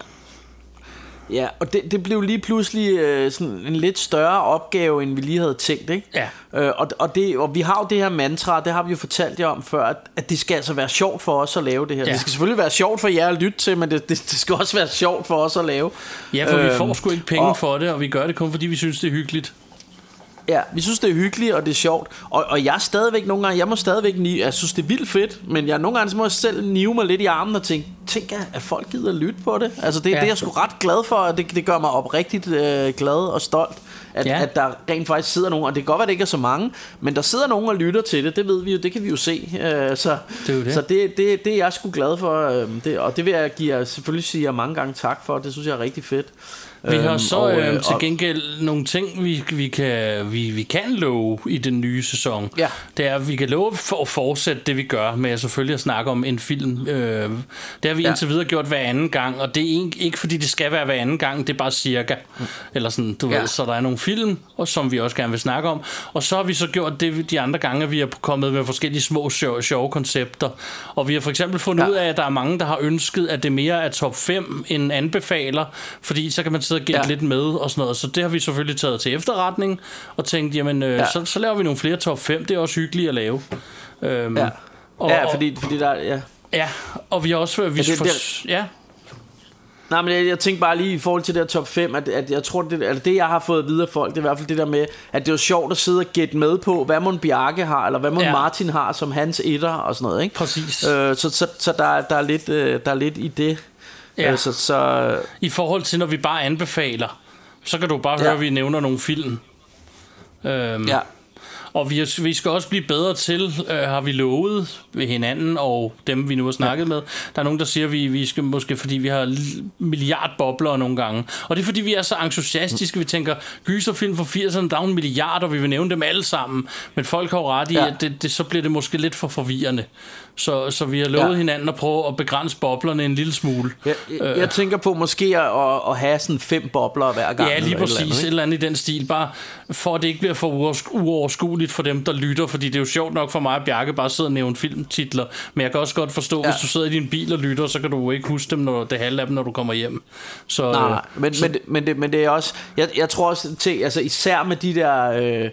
Ja, og det blev lige pludselig sådan en lidt større opgave, end vi lige havde tænkt, ikke? Ja. Og vi har jo det her mantra, det har vi jo fortalt jer om før, at det skal altså være sjovt for os at lave det her. Det skal selvfølgelig være sjovt for jer at lytte til, men det skal også være sjovt for os at lave. Ja, for vi får sgu ikke penge for det, og vi gør det kun fordi vi synes, det er hyggeligt. Ja, vi synes det er hyggeligt, og det er sjovt. Og jeg stadigvæk nogle gange, jeg synes det er vildt fedt, men nogle gange så må jeg selv nive mig lidt i armen og tænke, at folk gider at lytte på det. Altså det er jeg sgu ret glad for, og det gør mig oprigtigt glad og stolt, at der rent faktisk sidder nogen, og det kan godt være, det ikke er så mange, men der sidder nogen og lytter til det, det ved vi jo, det kan vi jo se. Så det er jeg sgu glad for, og det vil jeg give jer, selvfølgelig sige jer mange gange tak for, det synes jeg er rigtig fedt. Vi har så til gengæld nogle ting vi kan love i den nye sæson. Ja. Det er, at vi kan love for at fortsætte det vi gør med selvfølgelig at snakke om en film. Det har vi indtil videre gjort hver anden gang, og det er ikke fordi det skal være hver anden gang, det er bare cirka eller sådan, du ved, så der er nogle film, og som vi også gerne vil snakke om. Og så har vi så gjort det de andre gange, vi har kommet med forskellige små sjove koncepter. Og vi har for eksempel fundet ud af, at der er mange, der har ønsket, at det mere er top 5 end anbefaler, fordi så kan man sidde og gætte lidt med og sådan noget. Så det har vi selvfølgelig taget til efterretning og tænkt, jamen så laver vi nogle flere top 5. Det er også hyggeligt at lave. Fordi der Ja, og vi har også Nej, men jeg tænkte bare lige i forhold til det her top 5, at jeg tror, det jeg har fået videre folk, det er i hvert fald det der med, at det er jo sjovt at sidde og gætte med på, hvad mon Bjarke har, eller hvad mon Martin har som hans etter og sådan noget, ikke? Præcis. Så der er lidt i det. Ja. Så i forhold til, når vi bare anbefaler, så kan du bare høre, at vi nævner nogle film. Ja. Og vi skal også blive bedre til, har vi lovet ved hinanden og dem, vi nu har snakket med. Der er nogen, der siger, at vi skal måske, fordi vi har milliardbobler nogle gange. Og det er, fordi vi er så entusiastiske. Vi tænker, gyserfilm fra 80'erne, der er en milliard, og vi vil nævne dem alle sammen. Men folk har jo ret i, at så bliver det måske lidt for forvirrende. Så vi har lovet hinanden at prøve at begrænse boblerne en lille smule. Jeg tænker på måske at have sådan 5 bobler hver gang. Ja, lige præcis. Et eller andet i den stil. Bare for at det ikke bliver for uoverskueligt for dem, der lytter. Fordi det er jo sjovt nok for mig, at Bjarke bare sidder og nævner filmtitler. Men jeg kan også godt forstå, hvis du sidder i din bil og lytter, så kan du ikke huske dem, når det halve af dem, når du kommer hjem. Så, men det er også... Jeg tror også til, altså især med de der...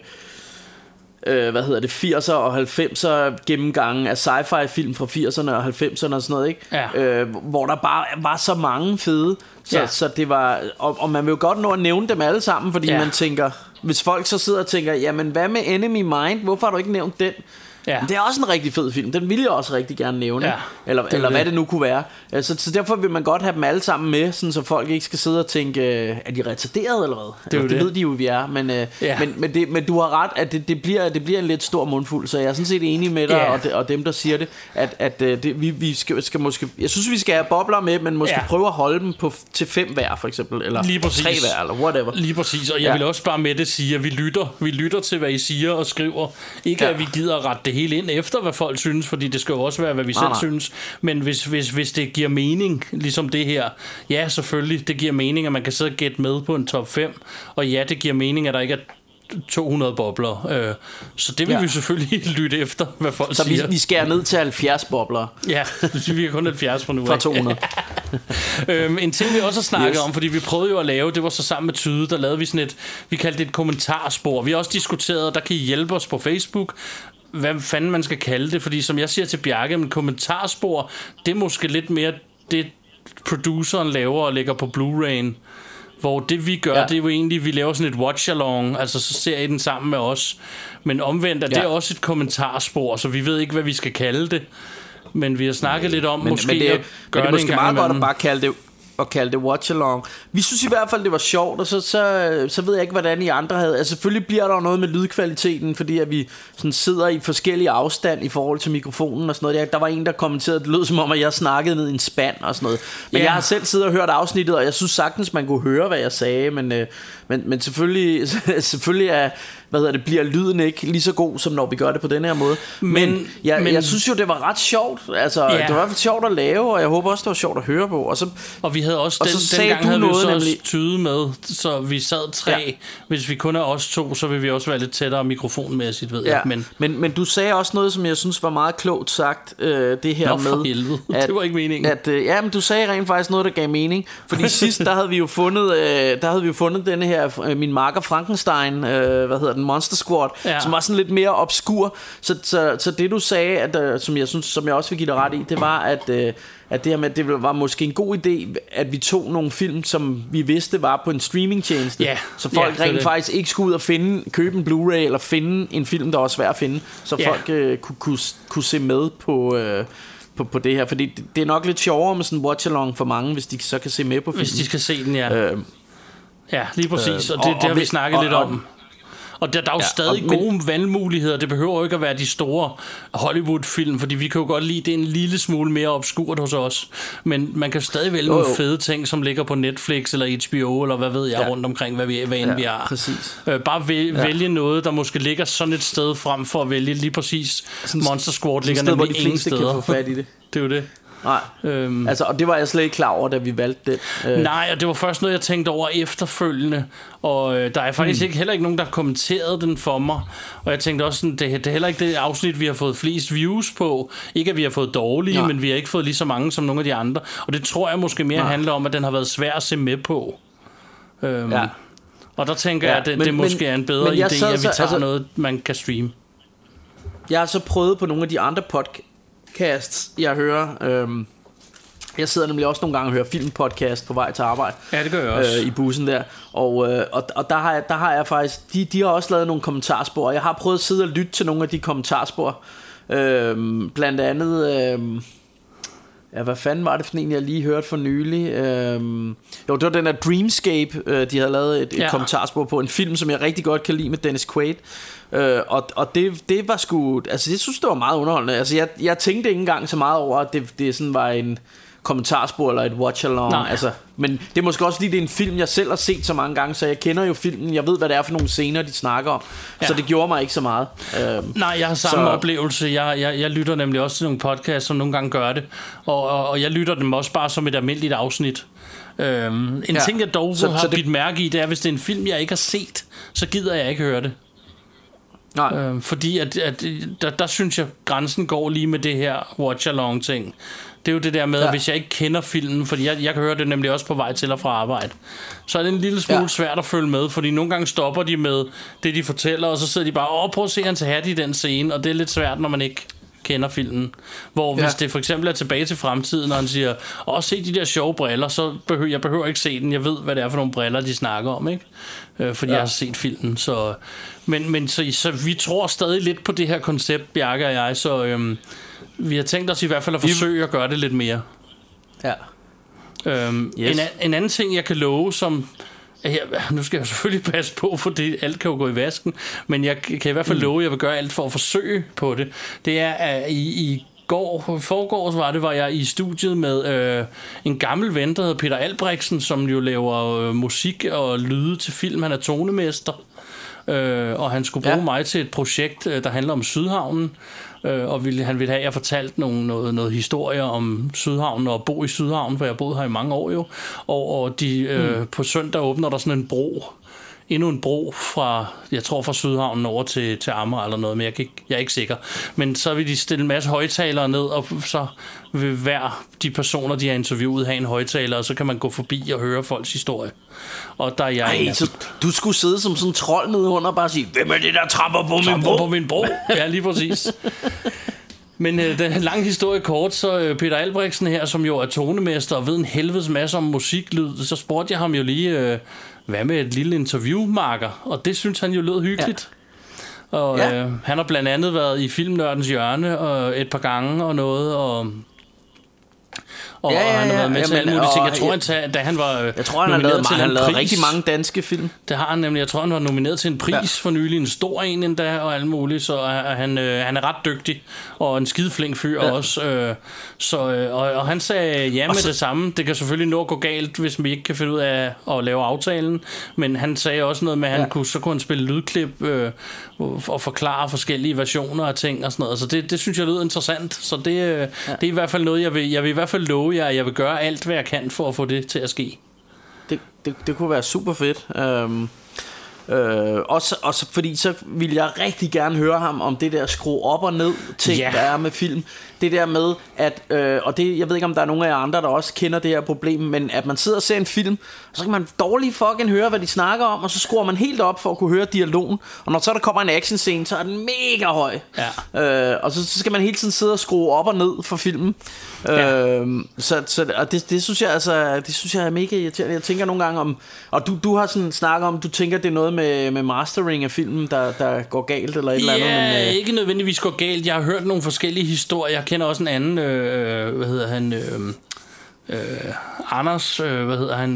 80'er og 90'er gennemgange af sci-fi film fra 80'erne og 90'erne og sådan noget, ikke? Ja. Hvor der bare var så mange fede. Så det var... Og man vil jo godt nå at nævne dem alle sammen, fordi man tænker... Hvis folk så sidder og tænker, jamen hvad med Enemy Mine? Hvorfor har du ikke nævnt den? Ja. Det er også en rigtig fed film. Den ville jeg også rigtig gerne nævne. Eller hvad det nu kunne være. Så derfor vil man godt have dem alle sammen med, sådan, så folk ikke skal sidde og tænke, er de retarderet eller hvad? Det ved de jo, vi er. Men du har ret, at det bliver en lidt stor mundfuld. Så jeg er sådan set enig med dig og dem, der siger det, at vi skal måske... Jeg synes, vi skal have bobler med, men måske prøve at holde dem til 5 hver, for eksempel. Eller 3 hver, eller whatever. Lige præcis. Og jeg vil også bare med det sige, at vi lytter til, hvad I siger og skriver. Ikke at vi gider at rette det hele ind efter, hvad folk synes, fordi det skal jo også være, hvad vi selv synes. Men hvis det giver mening, ligesom det her, ja, selvfølgelig, det giver mening, at man kan sidde og gætte med på en top 5, og ja, det giver mening, at der ikke er 200 bobler. Så det vil vi selvfølgelig lytte efter, hvad folk siger. Så vi skærer ned til 70 bobler. Ja, vi er kun 70 fra nu. Fra 200. En ting vi også har snakket om, fordi vi prøvede jo at lave, det var så sammen med Tyde, der lavede vi sådan vi kaldte det et kommentarspor. Vi har også diskuteret, der kan I hjælpe os på Facebook, hvad fanden man skal kalde det, fordi som jeg siger til Bjarke, en kommentarspor, det er måske lidt mere det produceren laver og lægger på Blu-ray'en, hvor det vi gør, det er jo egentlig, vi laver sådan et watch-along, altså så ser I den sammen med os, men omvendt er det også et kommentarspor, så vi ved ikke, hvad vi skal kalde det, men vi har snakket lidt om, måske at gøre det måske meget godt at bare kalde det watch along. Vi synes i hvert fald det var sjovt, og så ved jeg ikke hvordan I andre havde. Altså selvfølgelig bliver der jo noget med lydkvaliteten, fordi at vi sådan sidder i forskellige afstand i forhold til mikrofonen og sådan noget. Der var en der kommenterede, det lød som om at jeg snakkede ned i en spand og sådan noget. Men jeg har selv siddet og hørt afsnittet, og jeg synes sagtens man kunne høre hvad jeg sagde, men selvfølgelig er bliver lyden ikke lige så god som når vi gør det på den her måde. Men jeg synes jo det var ret sjovt. Altså det var i hvert fald sjovt at lave, og jeg håber også det var sjovt at høre på. Og vi havde også dengang havde vi jo så også Tyde med, så vi sad 3. Hvis vi kun er os 2, så vil vi også være lidt tættere mikrofonmæssigt, ved jeg. Men du sagde også noget, som jeg synes var meget klogt sagt, det her med helvede. Det var ikke meningen. Men du sagde rent faktisk noget, der gav mening. Fordi sidst der havde vi jo fundet denne her min makker Frankenstein, Monster Squad, som var sådan lidt mere obskur. Så det du sagde, som jeg også vil give dig ret i, det var at det her med, at det var måske en god idé, at vi tog nogle film, som vi vidste var på en streamingtjeneste, så folk rent faktisk ikke skulle ud og købe en Blu-ray eller finde en film, der var svær at finde, så folk kunne se med på det her, fordi det er nok lidt sjovere med sådan en watch-along for mange, hvis de så kan se med på filmen. Hvis de skal se den, ja, lige præcis, og det har vi snakket lidt om. Og der er jo stadig gode valgmuligheder. Det behøver jo ikke at være de store Hollywood-film, fordi vi kan jo godt lide, det er en lille smule mere obskurt hos os. Men man kan stadig vælge nogle fede ting, som ligger på Netflix eller HBO, eller hvad ved jeg, rundt omkring, hvad end vi har. Præcis. Bare vælge noget, der måske ligger sådan et sted, frem for at vælge lige præcis Monster Squad ligger nemlig ingen steder. Kan få fat i det. Det er jo det. Nej, og det var jeg slet ikke klar over, da vi valgte det. Nej, og det var først noget, jeg tænkte over efterfølgende. Og der er faktisk heller ikke nogen, der har kommenteret den for mig. Og jeg tænkte også, det er heller ikke det afsnit, vi har fået flest views på. Ikke at vi har fået dårlige, men vi har ikke fået lige så mange som nogle af de andre. Og det tror jeg måske mere handler om, at den har været svær at se med på. Og der tænker jeg, at det måske er en bedre idé, at vi tager noget, man kan streame. Jeg har så prøvet på nogle af de andre podcasts, jeg hører. Jeg sidder nemlig også nogle gange og hører filmpodcast på vej til arbejde. Ja, det gør jeg også. I bussen der. Og der har jeg faktisk... De har også lavet nogle kommentarspor. Jeg har prøvet at sidde og lytte til nogle af de kommentarspor. Blandt andet... Ja, hvad fanden var det for en, jeg lige hørte for nylig? Jo, det var den der Dreamscape, de havde lavet et kommentarspor på. En film, som jeg rigtig godt kan lide med Dennis Quaid. Og det var sgu... Altså, jeg synes, det var meget underholdende. Altså, jeg tænkte ikke engang så meget over, at det sådan var en kommentarspor eller et watch-along. Altså, men det er måske også fordi, det er en film, jeg selv har set så mange gange, så jeg kender jo filmen. Jeg ved, hvad det er for nogle scener, de snakker om. Ja. Så det gjorde mig ikke så meget. Nej, jeg har samme oplevelse. Jeg lytter nemlig også til nogle podcasts, som nogle gange gør det. Og jeg lytter dem også bare som et almindeligt afsnit. Ting, jeg dog har bidt mærke i, det er, hvis det er en film, jeg ikke har set, så gider jeg ikke høre det. Nej. Fordi der synes jeg, grænsen går lige med det her watch-along ting. Det er jo det der med, at hvis jeg ikke kender filmen, fordi jeg kan høre det nemlig også på vej til og fra arbejde, så er det en lille smule svært at følge med, fordi nogle gange stopper de med det, de fortæller, og så sidder de bare, prøv at se hans hat i den scene, og det er lidt svært, når man ikke kender filmen. Hvor hvis det for eksempel er Tilbage til fremtiden, når han siger, se de der sjove briller, så behøver ikke se den, jeg ved, hvad det er for nogle briller, de snakker om, ikke? Fordi jeg har set filmen, så... Men så vi tror stadig lidt på det her koncept, Bjarke og jeg, så vi har tænkt os i hvert fald at forsøge at gøre det lidt mere. Ja. En anden ting, jeg kan love, som... nu skal jeg selvfølgelig passe på, for alt kan jo gå i vasken, men jeg kan i hvert fald love, at jeg vil gøre alt for at forsøge på det. Det er, at i forgårs var jeg i studiet med en gammel ven, der hedder Peter Albrechtsen, som jo laver musik og lyde til film. Han er tonemester. Og han skulle bruge mig til et projekt, der handler om Sydhavnen, og han ville have, at jeg fortalte noget historie om Sydhavnen og bo i Sydhavnen, for jeg har boet her i mange år jo, og på søndag åbner der sådan en bro, endnu en bro fra, jeg tror fra Sydhavnen over til Amager eller noget, men jeg er ikke sikker. Men så vil de stille en masse højtalere ned, og så vil hver de personer, de har interviewet, have en højtaler, og så kan man gå forbi og høre folks historie. Og der er jeg... så du skulle sidde som sådan en trold nede under og bare sige, hvem er det, der tramper på min bro? Ja, lige præcis. Men den lange historie kort, så Peter Albrechtsen her, som jo er tonemester og ved en helvedes masse om musiklyd, så spurgte jeg ham jo lige, hvad med et lille interviewmarker? Og det synes han jo lød hyggeligt. Ja. Og han har blandt andet været i Filmnørdens Hjørne et par gange og noget, og han har været med til alle mulige ting. Jeg tror, da han var han har lavet rigtig mange danske film. Det har han nemlig. Jeg tror, han var nomineret til en pris for nylig, en stor en endda, og alt muligt. Så han er ret dygtig, og en skideflink fyr også. Og han sagde med det samme. Det kan selvfølgelig nå at gå galt, hvis vi ikke kan finde ud af at lave aftalen. Men han sagde også noget med, at han kunne spille lydklip og forklare forskellige versioner af ting og sådan noget. Så det synes jeg lyder interessant. Så det er i hvert fald noget, jeg vil i hvert fald love jer, at jeg vil gøre alt, hvad jeg kan for at få det til at ske. Det kunne være super fedt. Også fordi så vil jeg rigtig gerne høre ham om det der skrue op og ned ting, der er med film. Det der med at og det, jeg ved ikke om der er nogen af jer andre der også kender det her problem, men at man sidder og ser en film, og så kan man dårligt fucking høre hvad de snakker om, og så skruer man helt op for at kunne høre dialogen, og når så der kommer en action scene, så er den mega høj. Og så skal man hele tiden sidde og skrue op og ned for filmen. Og det synes jeg altså, det synes jeg er mega irriterende. Jeg tænker nogle gange om, og du har sådan snakket om, du tænker det er noget med mastering af filmen der går galt eller et eller andet. Ja, ikke nødvendigvis går galt. Jeg har hørt nogle forskellige historier. Jeg kender også en anden, hvad hedder han, Anders, hvad hedder han,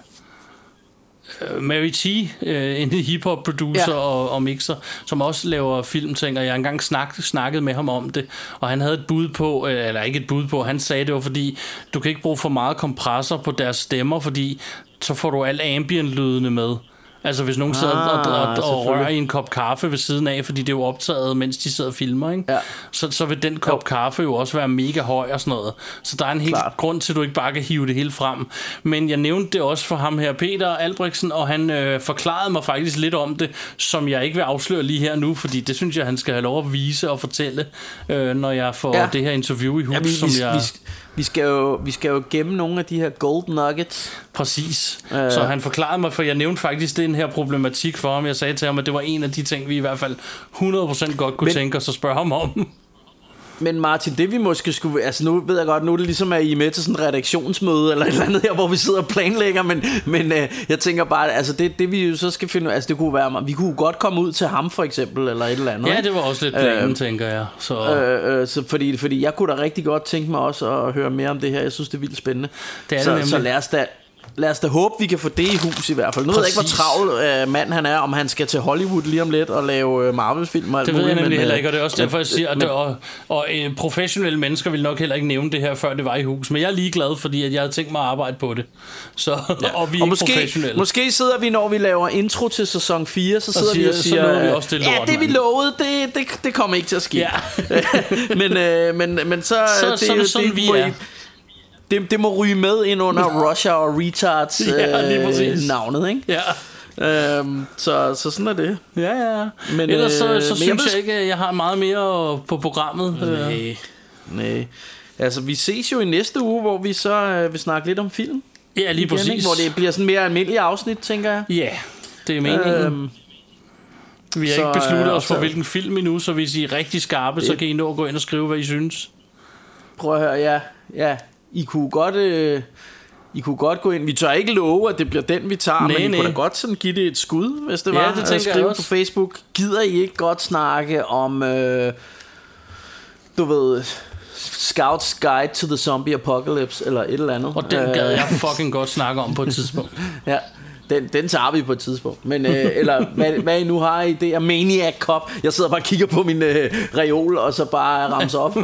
Mary T, en hip-hop producer og mixer, som også laver filmting, og jeg har engang snakket med ham om det, og han havde et bud på, eller ikke et bud på, han sagde det var fordi, du kan ikke bruge for meget kompressor på deres stemmer, fordi så får du alt ambient-lydene med. Altså hvis nogen sidder og rører i en kop kaffe ved siden af, fordi det er jo optaget, mens de sidder og filmer, ikke? Ja. Så vil den kop kaffe jo også være mega høj og sådan noget. Så der er en helt grund til, at du ikke bare kan hive det hele frem. Men jeg nævnte det også for ham her, Peter Albrechtsen, og han forklarede mig faktisk lidt om det, som jeg ikke vil afsløre lige her nu, fordi det synes jeg, han skal have lov at vise og fortælle, når jeg får det her interview i hus, Vi skal jo gemme nogle af de her gold nuggets. Præcis. Så han forklarede mig, for jeg nævnte faktisk den her problematik for ham. Jeg sagde til ham, at det var en af de ting, vi i hvert fald 100% godt kunne tænke os at spørge ham om. Men Martin, det vi måske skulle... Altså nu ved jeg godt, nu er det ligesom, at I er med til sådan en redaktionsmøde eller et eller andet her, hvor vi sidder og planlægger, men jeg tænker bare, altså det vi jo så skal finde... Altså det kunne være... Vi kunne godt komme ud til ham for eksempel, eller et eller andet. Ja, det var også lidt planen, tænker jeg. Så fordi jeg kunne da rigtig godt tænke mig også at høre mere om det her. Jeg synes, det er vildt spændende. Det er så, det nemlig. så lad os da håbe, vi kan få det i hus i hvert fald. Nu ved jeg ikke, hvor travl mand han er, om han skal til Hollywood lige om lidt og lave Marvel-film og alt det muligt. Det ved jeg nemlig heller ikke, og det er også derfor, jeg siger, at professionelle mennesker vil nok heller ikke nævne det her, før det var i hus. Men jeg er ligeglad, fordi at jeg havde tænkt mig at arbejde på det. Så, ja. Og vi er professionelle. Måske sidder vi, når vi laver intro til sæson 4, så sidder vi og siger, så vi også det lort, ja, det vi lovede, det kommer ikke til at ske. Ja. men så vi er. Det må ryge med ind under Russia og Retards navnet, ikke? Ja. Så sådan er det. Ja. Men ellers så synes jeg ikke, at jeg har meget mere på programmet. Nej. Altså, vi ses jo i næste uge, hvor vi så vil snakke lidt om film. Ja, lige præcis. Ikke? Hvor det bliver sådan mere almindeligt afsnit, tænker jeg. Ja, det er meningen. Vi har ikke besluttet os for hvilken film endnu, så hvis I er rigtig skarpe, så kan I nå at gå ind og skrive, hvad I synes. Prøv at høre, ja. I kunne godt gå ind. Vi tør ikke love, at det bliver den, vi tager, men I kunne da godt sådan give det et skud, hvis det var. Det tænker skrive jeg på Facebook. Gider I ikke godt snakke om, du ved, Scouts Guide to the Zombie Apocalypse, eller et eller andet. Og den gad jeg fucking godt snakke om på et tidspunkt. Ja. Den tager vi på et tidspunkt. Men, eller hvad I nu har i det, Maniac Cop. Jeg sidder bare og kigger på min reol, og så bare ramser op.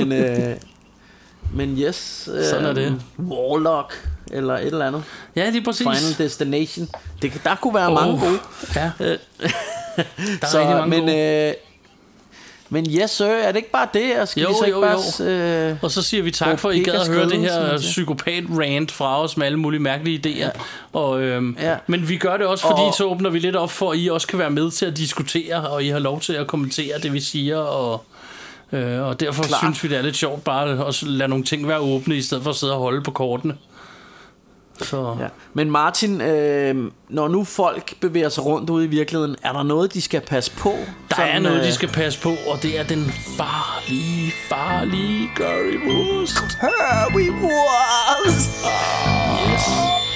Men yes, sådan er det. Warlock eller et eller andet. Ja, det er præcis. Final Destination. Der kunne være mange gode. Ja. Der er rigtig mange gode. Men yes sir, er det ikke bare det? Jo. Og så siger vi tak for, at I gad at høre det her psykopat-rant fra os med alle mulige mærkelige idéer. Og, men vi gør det også, fordi så åbner vi lidt op for, at I også kan være med til at diskutere, og I har lov til at kommentere det, vi siger, og derfor synes vi, det er lidt sjovt bare at lade nogle ting være åbne, i stedet for at sidde og holde på kortene. Så. Ja. Men Martin, når nu folk bevæger sig rundt ude i virkeligheden, er der noget, de skal passe på? Der er noget, de skal passe på, og det er den farlige currywurst. Currywurst! Yes.